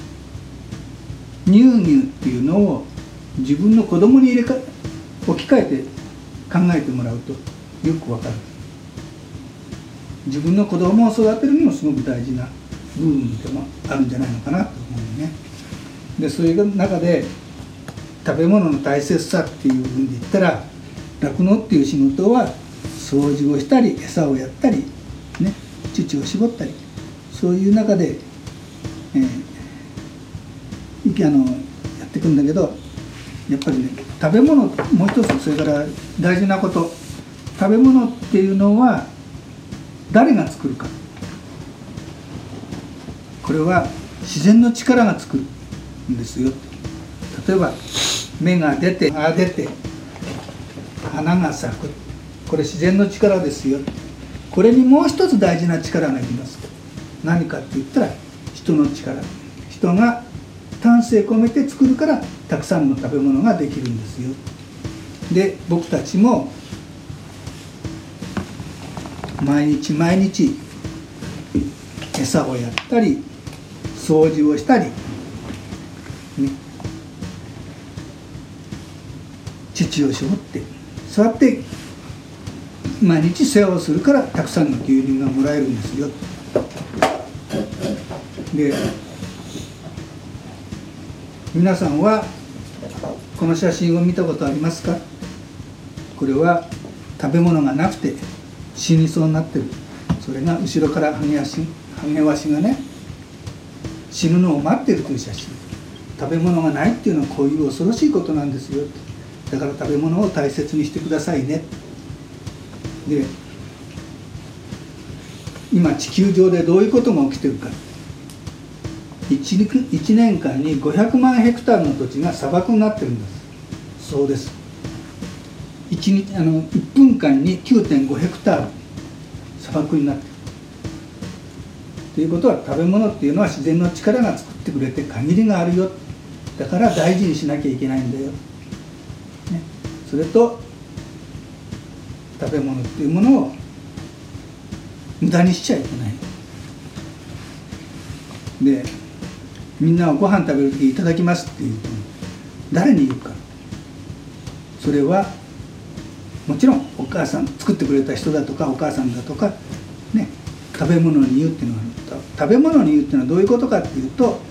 S6: 乳牛っていうのを自分の子供に置き換えて考えてもらうとよくわかる。自分の子供を育てるにもすごく大事な部分でもあるんじゃないのかなと思うね。でそういう中で食べ物の大切さっていう部分で言ったら、酪農っていう仕事は掃除をしたり餌をやったりね、乳を絞ったり、そういう中で、やっていくんだけど、やっぱりね、食べ物もう一つ、それから大事なこと、食べ物っていうのは誰が作るか。これは自然の力が作るんですよ。例えば芽が出て葉が出て花が咲く、これ自然の力ですよ。これにもう一つ大事な力がいります。何かって言ったら人の力。人が丹精込めて作るからたくさんの食べ物ができるんですよ。で僕たちも毎日毎日餌をやったり掃除をしたり、ね、乳を絞ってそうやって毎日世話をするからたくさんの牛乳がもらえるんですよ。で皆さんはこの写真を見たことありますか？これは食べ物がなくて死にそうになってる。それが後ろからハゲワシがね死ぬのを待ってるという写真。食べ物がないっていうのはこういう恐ろしいことなんですよ。だから食べ物を大切にしてくださいね。で今地球上でどういうことが起きてるか。1年間に500万ヘクタールの土地が砂漠になってるんです。そうです。1分間に 9.5 ヘクタール砂漠になっているということは、食べ物っていうのは自然の力が作ってくれて限りがあるよ。 だから大事にしなきゃいけないんだよ、ね、それと食べ物っていうものを無駄にしちゃいけないで、みんなはご飯食べる時いただきますって言うと誰に言うか、それはもちろんお母さん作ってくれた人だとかお母さんだとかね、食べ物に言うっていうのは、食べ物に言うっていうのはどういうことかっていうと、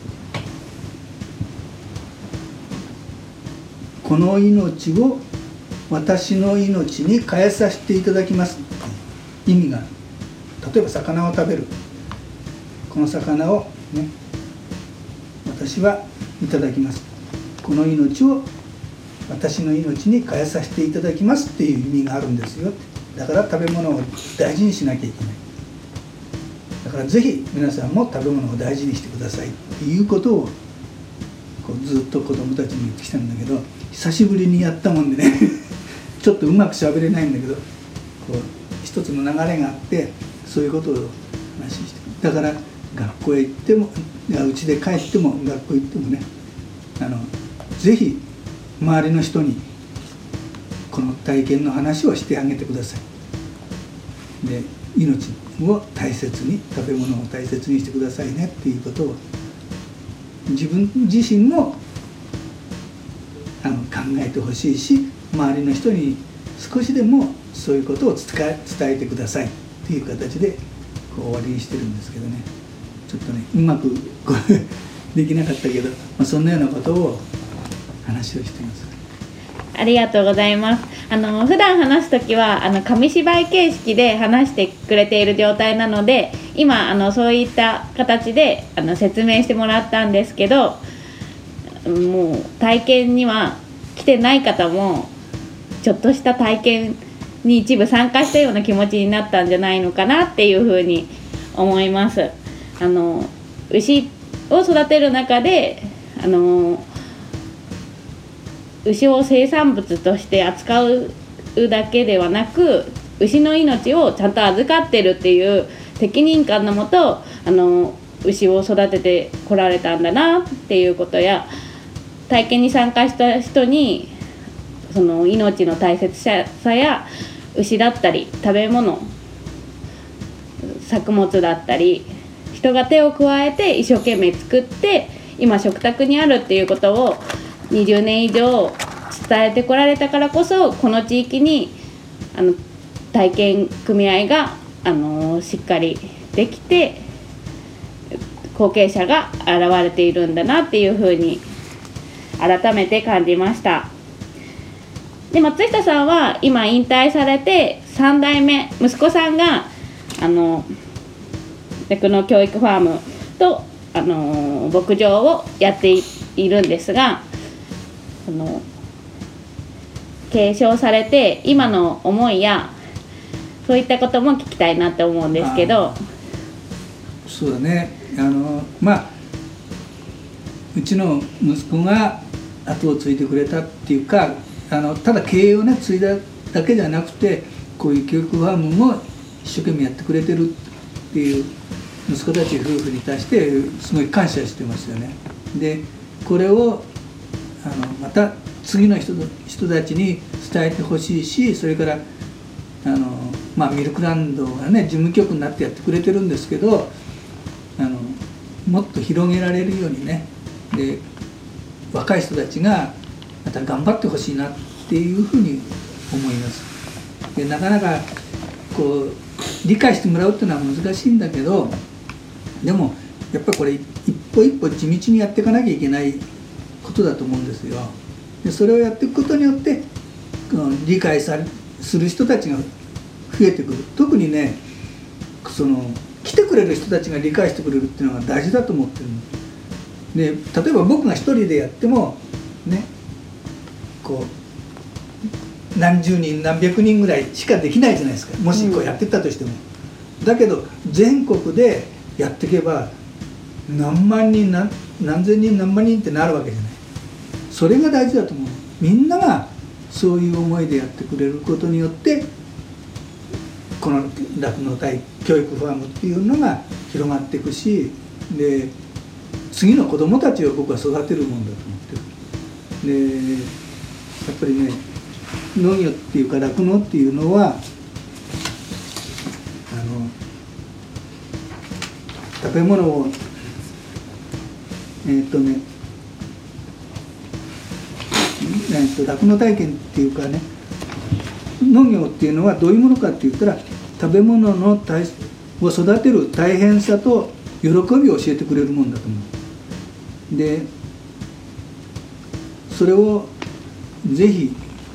S6: この命を私の命に変えさせていただきますっていう意味がある。例えば魚を食べる、この魚をね、私はいただきます、この命を私の命に変えさせていただきますっていう意味があるんですよ。だから食べ物を大事にしなきゃいけない。だからぜひ皆さんも食べ物を大事にしてくださいっていうことをこうずっと子どもたちに言ってきたんだけど、久しぶりにやったもんでねちょっとうまくしゃべれないんだけど、こう一つの流れがあってそういうことを話してくる。だから学校へ行っても、うちで帰っても学校行ってもね、ぜひ周りの人にこの体験の話をしてあげてください。で、命を大切に、食べ物を大切にしてくださいねっていうことを自分自身も考えてほしいし、周りの人に少しでもそういうことを伝えてくださいっていう形でこう終わりにしてるんですけどね、ちょっとねうまくできなかったけど、そんなようなことを話をしています。
S3: ありがとうございます。普段話すときは紙芝居形式で話してくれている状態なので、今そういった形で説明してもらったんですけど、もう体験には来てない方もちょっとした体験に一部参加したような気持ちになったんじゃないのかなっていうふうに思います。牛を育てる中で牛を生産物として扱うだけではなく、牛の命をちゃんと預かってるっていう責任感のもと牛を育ててこられたんだなっていうことや、体験に参加した人にその命の大切さや牛だったり食べ物、作物だったり人が手を加えて一生懸命作って今食卓にあるっていうことを20年以上伝えてこられたからこそ、この地域に体験組合がしっかりできて後継者が現れているんだなっていうふうに改めて感じました。で、松下さんは今引退されて3代目息子さんが酪農教育ファームと牧場をやっているんですが、継承されて今の思いやそういったことも聞きたいなって思うんですけど。
S6: そうだね、うちの息子が後を継いでくれたっていうか、ただ経営をね継いだだけじゃなくて、こういう教育ファームも一生懸命やってくれてるっていう息子たち夫婦に対してすごい感謝してますよね。でこれをまた次の人たちに伝えてほしいし、それからミルクランドがね事務局になってやってくれてるんですけど、もっと広げられるようにね、で若い人たちがまた頑張ってほしいなっていうふうに思います。でなかなかこう理解してもらうっていうのは難しいんだけど、でもやっぱりこれ一歩一歩地道にやっていかなきゃいけないことだと思うんですよ。でそれをやっていくことによって理解する人たちが増えてくる。特にね来てくれる人たちが理解してくれるっていうのが大事だと思ってるで、例えば僕が一人でやってもね、こう何十人何百人ぐらいしかできないじゃないですか、もしこうやってったとしても。だけど全国でやっていけば何万人何千人何万人ってなるわけじゃない。それが大事だと思う。みんながそういう思いでやってくれることによってこの酪農体教育ファームっていうのが広がっていくし、で次の子どもたちを僕は育てるもんだと思ってる。 でやっぱりね、農業っていうか酪農っていうのは食べ物を酪農体験っていうかね、農業っていうのはどういうものかって言ったら、食べ物を育てる大変さと喜びを教えてくれるもんだと思う。でそれをぜひ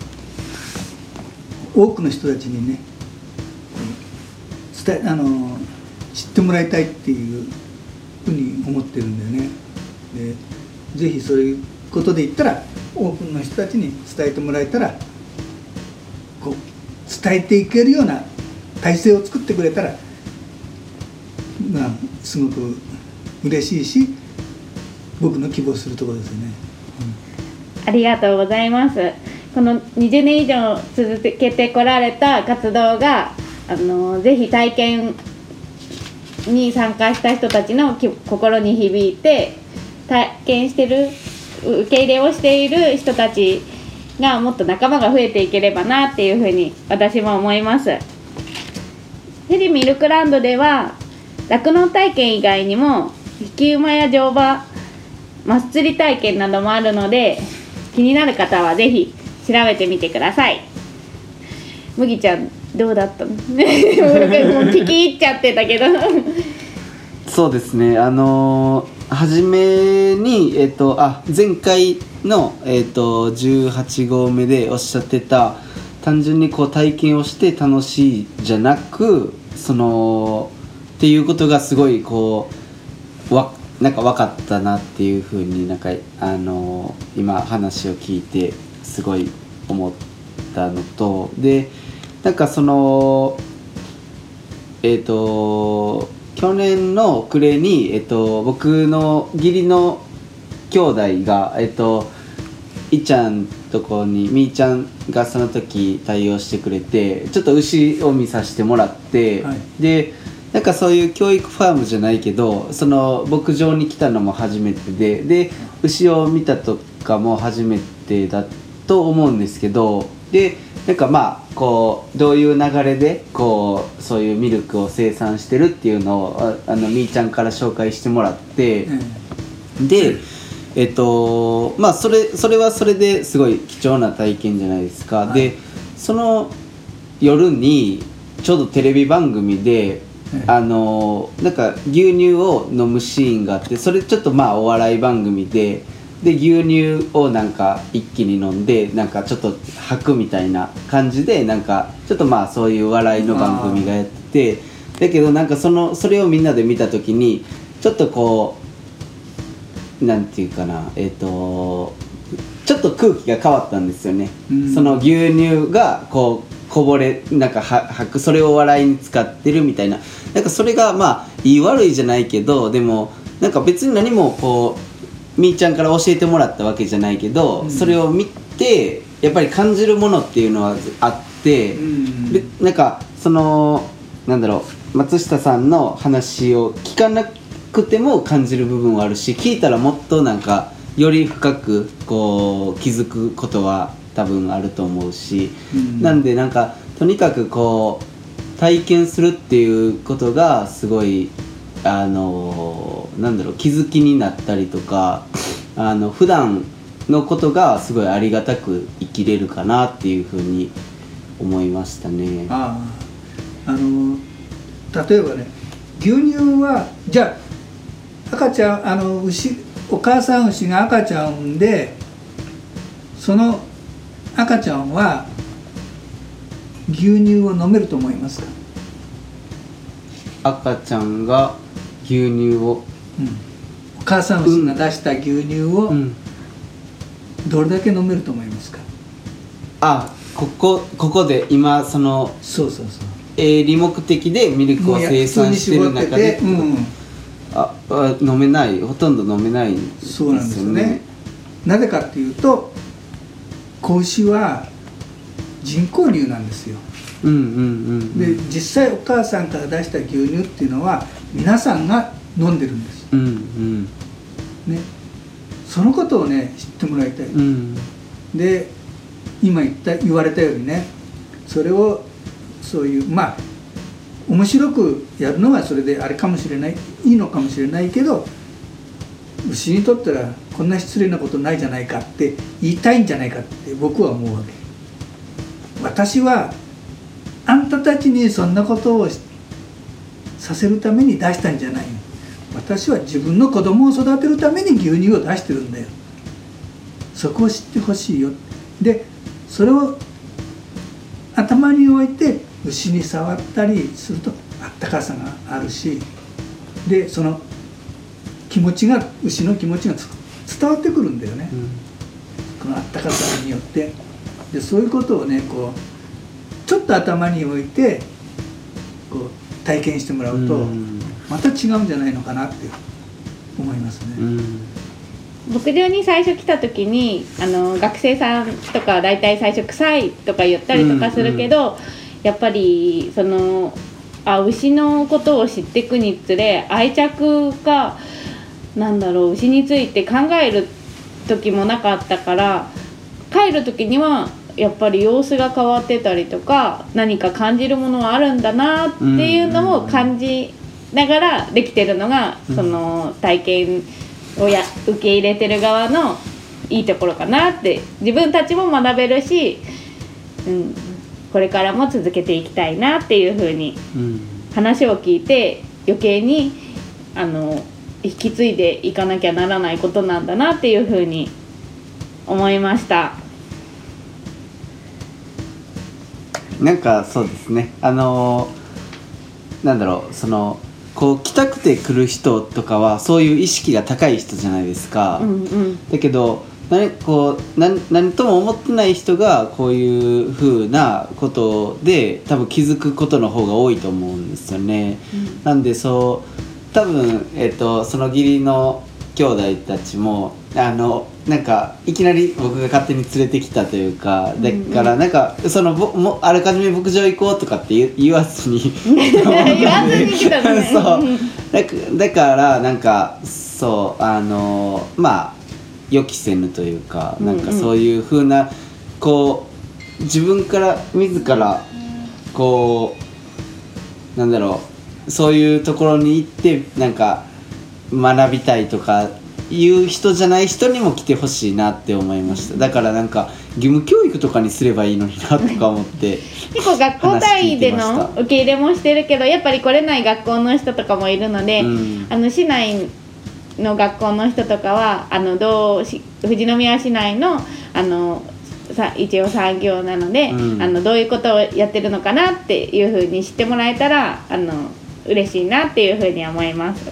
S6: 多くの人たちにね知ってもらいたいっていうふうに思ってるんだよね。でぜひそういうことで言ったら、多くの人たちに伝えてもらえたら、こう伝えていけるような体制を作ってくれたら、まあすごく嬉しいし、僕の希望するところですよね。
S3: ありがとうございます。この20年以上続けてこられた活動がぜひ体験に参加した人たちの心に響いて、体験してる受け入れをしている人たちがもっと仲間が増えていければなっていうふうに私も思います。ヘリミルクランドでは酪農体験以外にも引き馬や乗馬、マス釣り体験などもあるので、気になる方はぜひ調べてみてください。麦ちゃんどうだったの？もう聞き入っちゃってたけど
S5: そうですね、初めに、前回の、18号目でおっしゃってた、単純にこう体験をして楽しいじゃなく、っていうことがすごいこうなんか分かったなっていうふうに、なんか今話を聞いてすごい思ったのと、でなんか去年の暮れに、僕の義理の兄弟が、いっちゃんとこにみーちゃんがその時対応してくれて、ちょっと牛を見させてもらって、はい、でなんかそういう教育ファームじゃないけど、その牧場に来たのも初めてで牛を見たとかも初めてだと思うんですけど、でなんかまあこうどういう流れでこうそういうミルクを生産してるっていうのをみーちゃんから紹介してもらって、でまあそれはそれですごい貴重な体験じゃないですか。でその夜にちょうどテレビ番組でなんか牛乳を飲むシーンがあって、それちょっとまあお笑い番組で牛乳をなんか一気に飲んでなんかちょっと吐くみたいな感じで、なんかちょっとまあそういう笑いの番組がやってて、だけどなんかそれをみんなで見た時にちょっとこうなんていうかな、ちょっと空気が変わったんですよね。その牛乳がこうこぼれなんか吐く、それを笑いに使ってるみたいな、なんかそれがまあいい悪いじゃないけど、でもなんか別に何もこうみーちゃんから教えてもらったわけじゃないけど、それを見てやっぱり感じるものっていうのはあって、でなんかなんだろう、松下さんの話を聞かなくても感じる部分はあるし、聞いたらもっとなんかより深くこう気づくことは多分あると思うし、なんでなんかとにかくこう体験するっていうことがすごいなんだろう、気づきになったりとか、普段のことがすごいありがたく生きれるかなっていうふうに思いましたね。
S6: 例えばね、牛乳はじゃあ赤ちゃんお母さん牛が赤ちゃんを産んで、その赤ちゃんは牛乳を飲めると思いますか？
S5: 赤ちゃんが牛乳を、
S6: お母さん牛が出した牛乳をどれだけ飲めると思いますか？
S5: ここで今そう営利目的でミルクを生産してる中で飲めない、ほとんど飲めないんですよね。そうなんですよね。
S6: なぜかっていうと、子牛は人工乳なんですよ。で実際お母さんから出した牛乳っていうのは皆さんが飲んでるんです、ね、 そのことをね知ってもらいたい、で今言われたようにね、それをそういう面白くやるのはそれであれかもしれない、いいのかもしれないけど、牛にとったらこんな失礼なことないじゃないかって言いたいんじゃないかって僕は思うわけ。私はあんたたちにそんなことをさせるために出したんじゃない。私は自分の子供を育てるために牛乳を出してるんだよ。そこを知ってほしいよ。でそれを頭に置いて牛に触ったりするとあったかさがあるし、でその気持ちが、牛の気持ちが伝わってくるんだよね、このあったかさによって。でそういうことをねこうちょっと頭に置いてこう体験してもらうとまた違うんじゃないのかなって思いますね。
S3: 牧場に最初来た時に学生さんとか大体最初臭いとか言ったりとかするけど、やっぱりその牛のことを知っていくにつれ愛着が牛について考える時もなかったから、帰る時にはやっぱり様子が変わってたりとか何か感じるものはあるんだなっていうのを感じながらできてるのが、その体験を受け入れてる側のいいところかなって、自分たちも学べるし、これからも続けていきたいなっていう風に話を聞いて余計に引き継いでいかなきゃならないことなんだなっていう風に思いました。
S5: なんかそうですね、そのこう来たくて来る人とかはそういう意識が高い人じゃないですか、だけど何とも思ってない人がこういう風なことで多分気づくことの方が多いと思うんですよね、なんで多分、その義理の兄弟たちもなんかいきなり僕が勝手に連れてきたというか、だからなんかあらかじめ牧場行こうとかって言わずに
S3: 言わずに来たのね
S5: そうだからなんかそう予期せぬというか、なんかそういう風なこう自分から自らこうそういうところに行ってなんか学びたいとかいう人じゃない人にも来てほしいなって思いました。だからなんか義務教育とかにすればいいのになとか思って
S3: 結構学校単位での受け入れもしてるけど、やっぱり来れない学校の人とかもいるので、市内の学校の人とかは富士宮市内の一応産業なので、どういうことをやってるのかなっていうふうに知ってもらえたら嬉しいなっていうふうに思います。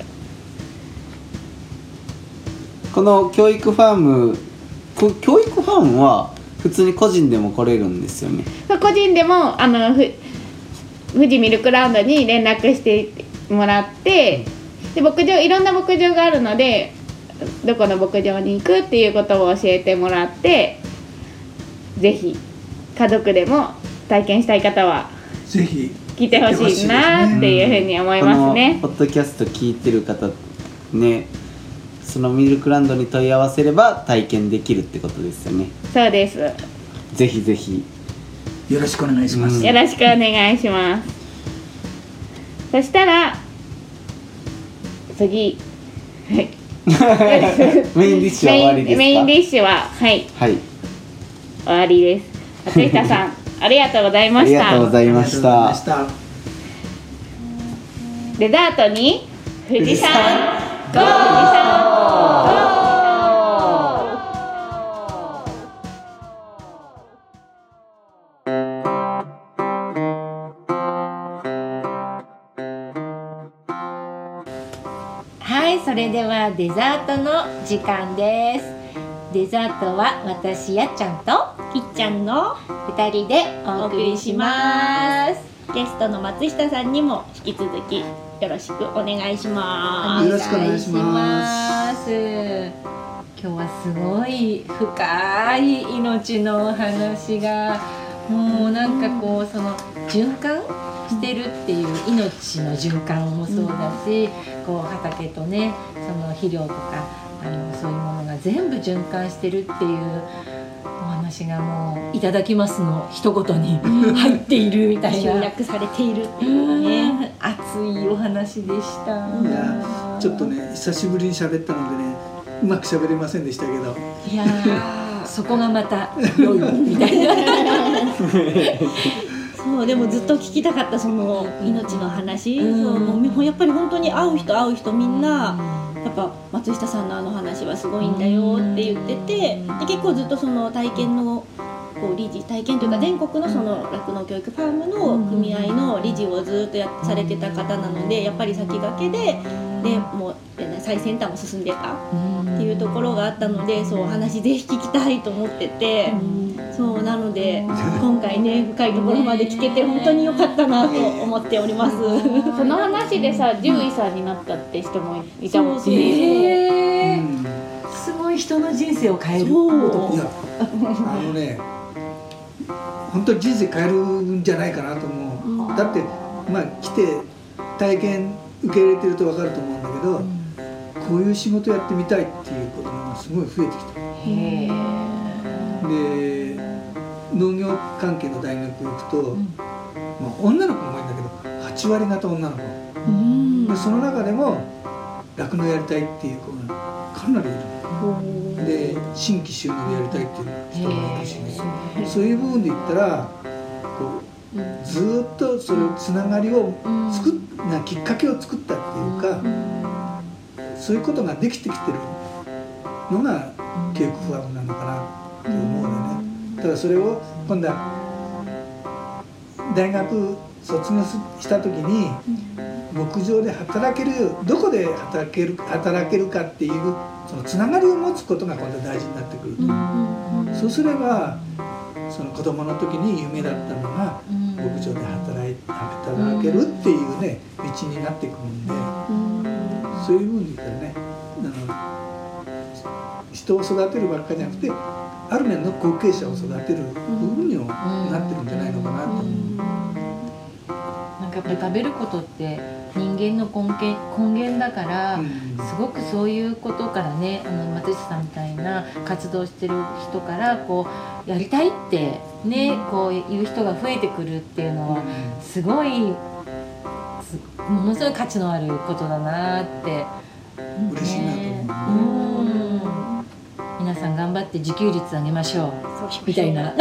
S5: この教育ファームは普通に個人でも来れるんですよね。
S3: 個人でも富士ミルクランドに連絡してもらって、でいろんな牧場があるのでどこの牧場に行くっていうことを教えてもらって、ぜひ家族でも体験したい方は
S6: ぜひ
S3: 来てほしいなっていうふうに思いますね。
S5: このポッドキャスト聞いてる方ね、そのミルクランドに問い合わせれば体験できるってことですよね。
S3: そうです。
S5: ぜひぜひ
S6: よろしくお願いします、
S3: よろしくお願いします。そしたら次
S5: メインディッシュは終わりですか？
S3: メインディッシュははい、終わりです。松下さんありがとうございました。
S5: ありがとうございました。
S3: デザートに富士山ゴー！
S4: はい、それではデザートの時間です。デザートは私やっちゃんと
S2: きっちゃんの
S4: 2人でお送りします。
S2: ゲストの松下さんにも引き続きよろしくお願いします。
S6: よろしくお願いします。
S4: 今日はすごい深い命の話がもうなんかこうその循環してるっていう命の循環もそうだし、こう畑とねその肥料とかそういうものが全部循環してるっていうお話がもういただきますの一言に入っているみたい
S2: 集
S4: な
S2: 約されているっていうね、
S4: 熱いお話でした。
S6: いやちょっとね久しぶりに喋ったのでねうまく喋れませんでしたけど、
S4: いやそこがまた良いみたいな
S2: そうでもずっと聞きたかったその命の話、そうもうやっぱり本当に会う人みんなやっぱ松下さんのあの話はすごいんだよって言ってて、で結構ずっとその体験のこう理事体験というか全国のその酪農教育ファームの組合の理事をずっとされてた方なので、やっぱり先駆けでもう最先端も進んでたっていうところがあったので、そうお話ぜひ聞きたいと思ってて、そうなので今回ね深いところまで聞けて本当に良かったなと思っております。
S3: その話でさ獣医さんになったって人もいたもん
S2: そうそう
S3: ね。
S4: すごい人の人生を変える男。
S6: いやね本当に人生変えるんじゃないかなと思う。だってまあ来て体験受け入れてると分かると思うんだけど、こういう仕事やってみたいっていうことがすごい増えてきた。で農業関係の大学行くと、まあ、女の子も多いんだけど8割方女の子、でその中でも酪農やりたいっていう子がかなりいる。で新規収納でやりたいっていう人もいるしね、そういう部分で言ったらこうずっとそれをつながりをきっかけを作ったっていうか、そういうことができてきてるのが教育ファームなのかなと思うよね。ただそれを今度は大学卒業した時に牧場で働ける、どこで働けるかっていうそのつながりを持つことが今度は大事になってくる。そうすればその子供の時に夢だったのが牧場で働けるっていうね道になってくるんで、そういうふうに言ったらね人を育てるばっかりじゃなくてある面の後継者を育てる部分にもなってるんじゃないのかなと思う。
S4: なんかやっぱり食べることって人間の根源だから、すごくそういうことからね松下さんみたいな活動してる人からこうやりたいってねこういう人が増えてくるっていうのはすごいものすごい価値のあることだなって
S6: 嬉しいなと思う。
S4: 皆さん頑張って自給率上げましょうみたいな。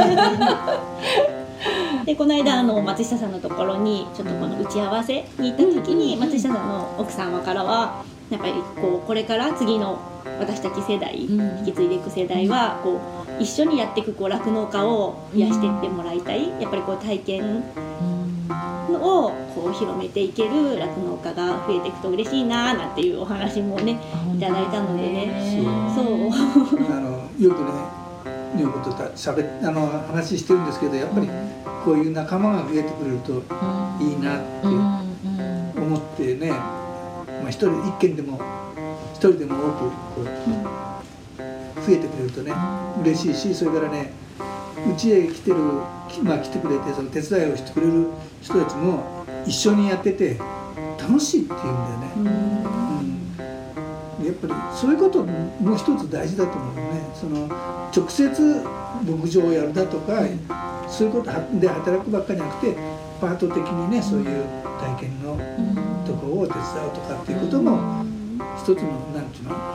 S2: でこの間松下さんのところにちょっとこの打ち合わせに行った時に、松下さんの奥様からはやっぱりこれから次の私たち世代、引き継いでいく世代はこう一緒にやっていく酪農家を増やしていってもらいたい、やっぱりこう体験をこう広めていける酪農家が増えていくと嬉しいななんていうお話もねいただいたのでね、そう
S6: よくね女房と話してるんですけど、やっぱりこういう仲間が増えてくれるといいなって思ってね、一人でも多くこう増えてくれるとね嬉しいし、それからねうちへ来てくれてその手伝いをしてくれる人たちも一緒にやってて楽しいって言うんだよね。やっぱりそういうことも一つ大事だと思うね。その直接牧場をやるだとか、そういうことで働くばっかりじゃなくてパート的にねそういう体験のところを手伝うとかっていうことも一つのなんていうの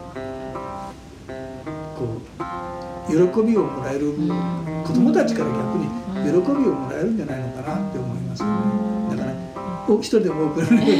S6: こう喜びをもらえる、子どもたちから逆に喜びをもらえるんじゃないのかなって思いますよね。だから一人でも多く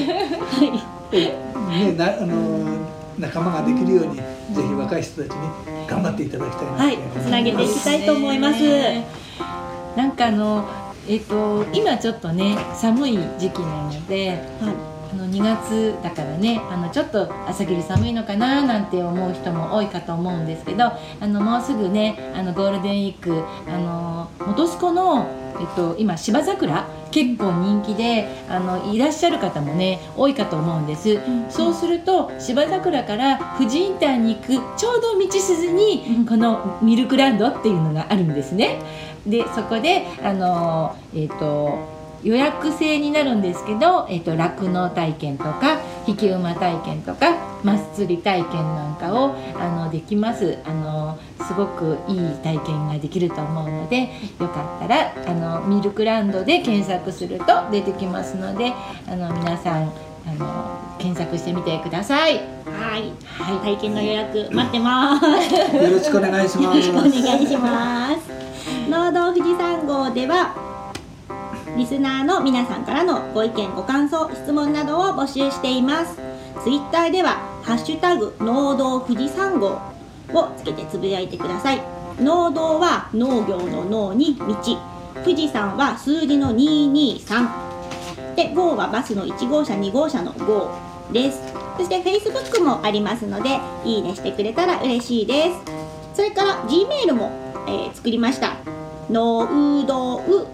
S6: 仲間ができるようにぜひ若い人たちに頑張っていただきたいなと
S2: つなげていきたいと思います。
S4: なんか今ちょっとね寒い時期なので、2月だからねちょっと朝霧寒いのかななんて思う人も多いかと思うんですけど、もうすぐねゴールデンウィーク本栖湖の、今芝桜結構人気でいらっしゃる方もね多いかと思うんです、そうすると芝桜から富士インターに行くちょうど道筋にこのミルクランドっていうのがあるんですね。でそこで予約制になるんですけど、酪農体験とか引き馬体験とかマス釣り体験なんかをできます。すごくいい体験ができると思うので、よかったらミルクランドで検索すると出てきますので、皆さん検索してみてください。
S2: はい、体験の予約待ってます。
S6: よろしくお願いします。
S2: よろしくお願いします。農道富士山号ではリスナーの皆さんからのご意見ご感想質問などを募集しています。ツイッターではハッシュタグ農道富士山号をつけてつぶやいてください。農道は農業の農に道、富士山は数字の223で、号はバスの1号車2号車の号です。そして Facebook もありますので、いいねしてくれたら嬉しいです。それから Gmail も、作りました。のうどう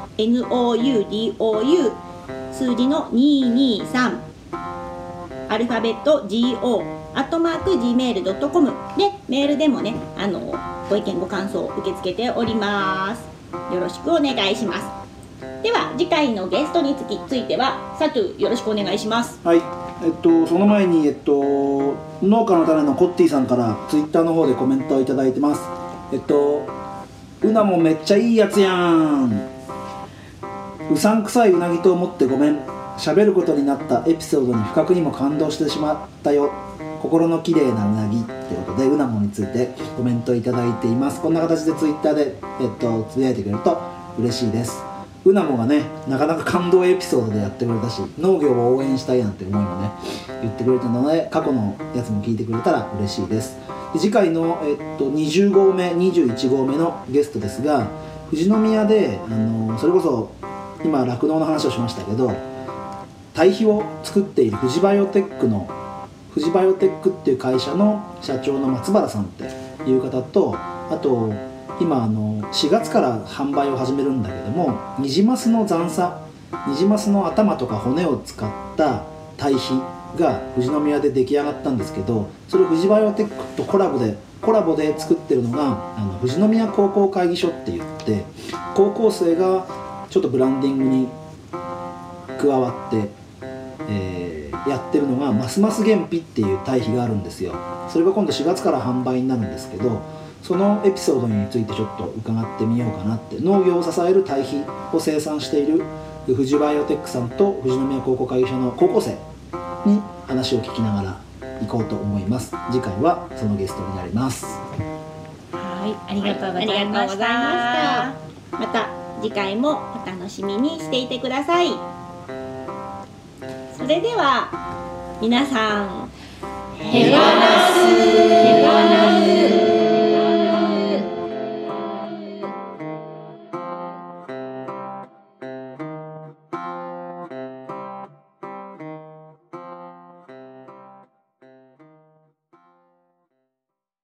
S2: NOUDOU 数字の223アルファベット GO@gmail.com で、メールでもね、ご意見ご感想を受け付けております。よろしくお願いします。では次回のゲストについてはサトゥよろしくお願いします。
S1: はい、その前に、農家の種のコッティさんからツイッターの方でコメントをいただいてます。うなもめっちゃいいやつやん。うさんくさいうなぎと思ってごめん。喋ることになったエピソードに不覚にも感動してしまったよ。心の綺麗なうなぎってことで、うなもについてコメントいただいています。こんな形でツイッターで、つぶやいてくれると嬉しいです。うなもがね、なかなか感動エピソードでやってくれたし、農業を応援したいなんて思いもね言ってくれたので、過去のやつも聞いてくれたら嬉しいです。で次回の、20号目21号目のゲストですが、富士宮で、それこそ今酪農の話をしましたけど、堆肥を作っている富士バイオテックっていう会社の社長の松原さんっていう方と、あと今4月から販売を始めるんだけども、ニジマスの残差、ニジマスの頭とか骨を使った堆肥が富士宮で出来上がったんですけど、それを富士バイオテックとコラボで作ってるのが富士宮高校会議所って言って、高校生がちょっとブランディングに加わって、やってるのがますます原肥っていう堆肥があるんですよ。それが今度4月から販売になるんですけど、そのエピソードについてちょっと伺ってみようかなって。農業を支える堆肥を生産している富士バイオテックさんと富士宮高校会議所の高校生に話を聞きながら行こうと思います。次回はそのゲストになります。
S2: はい、ありがとうございました。また次回もお楽しみにしていてください。それでは皆さん、ヘバナス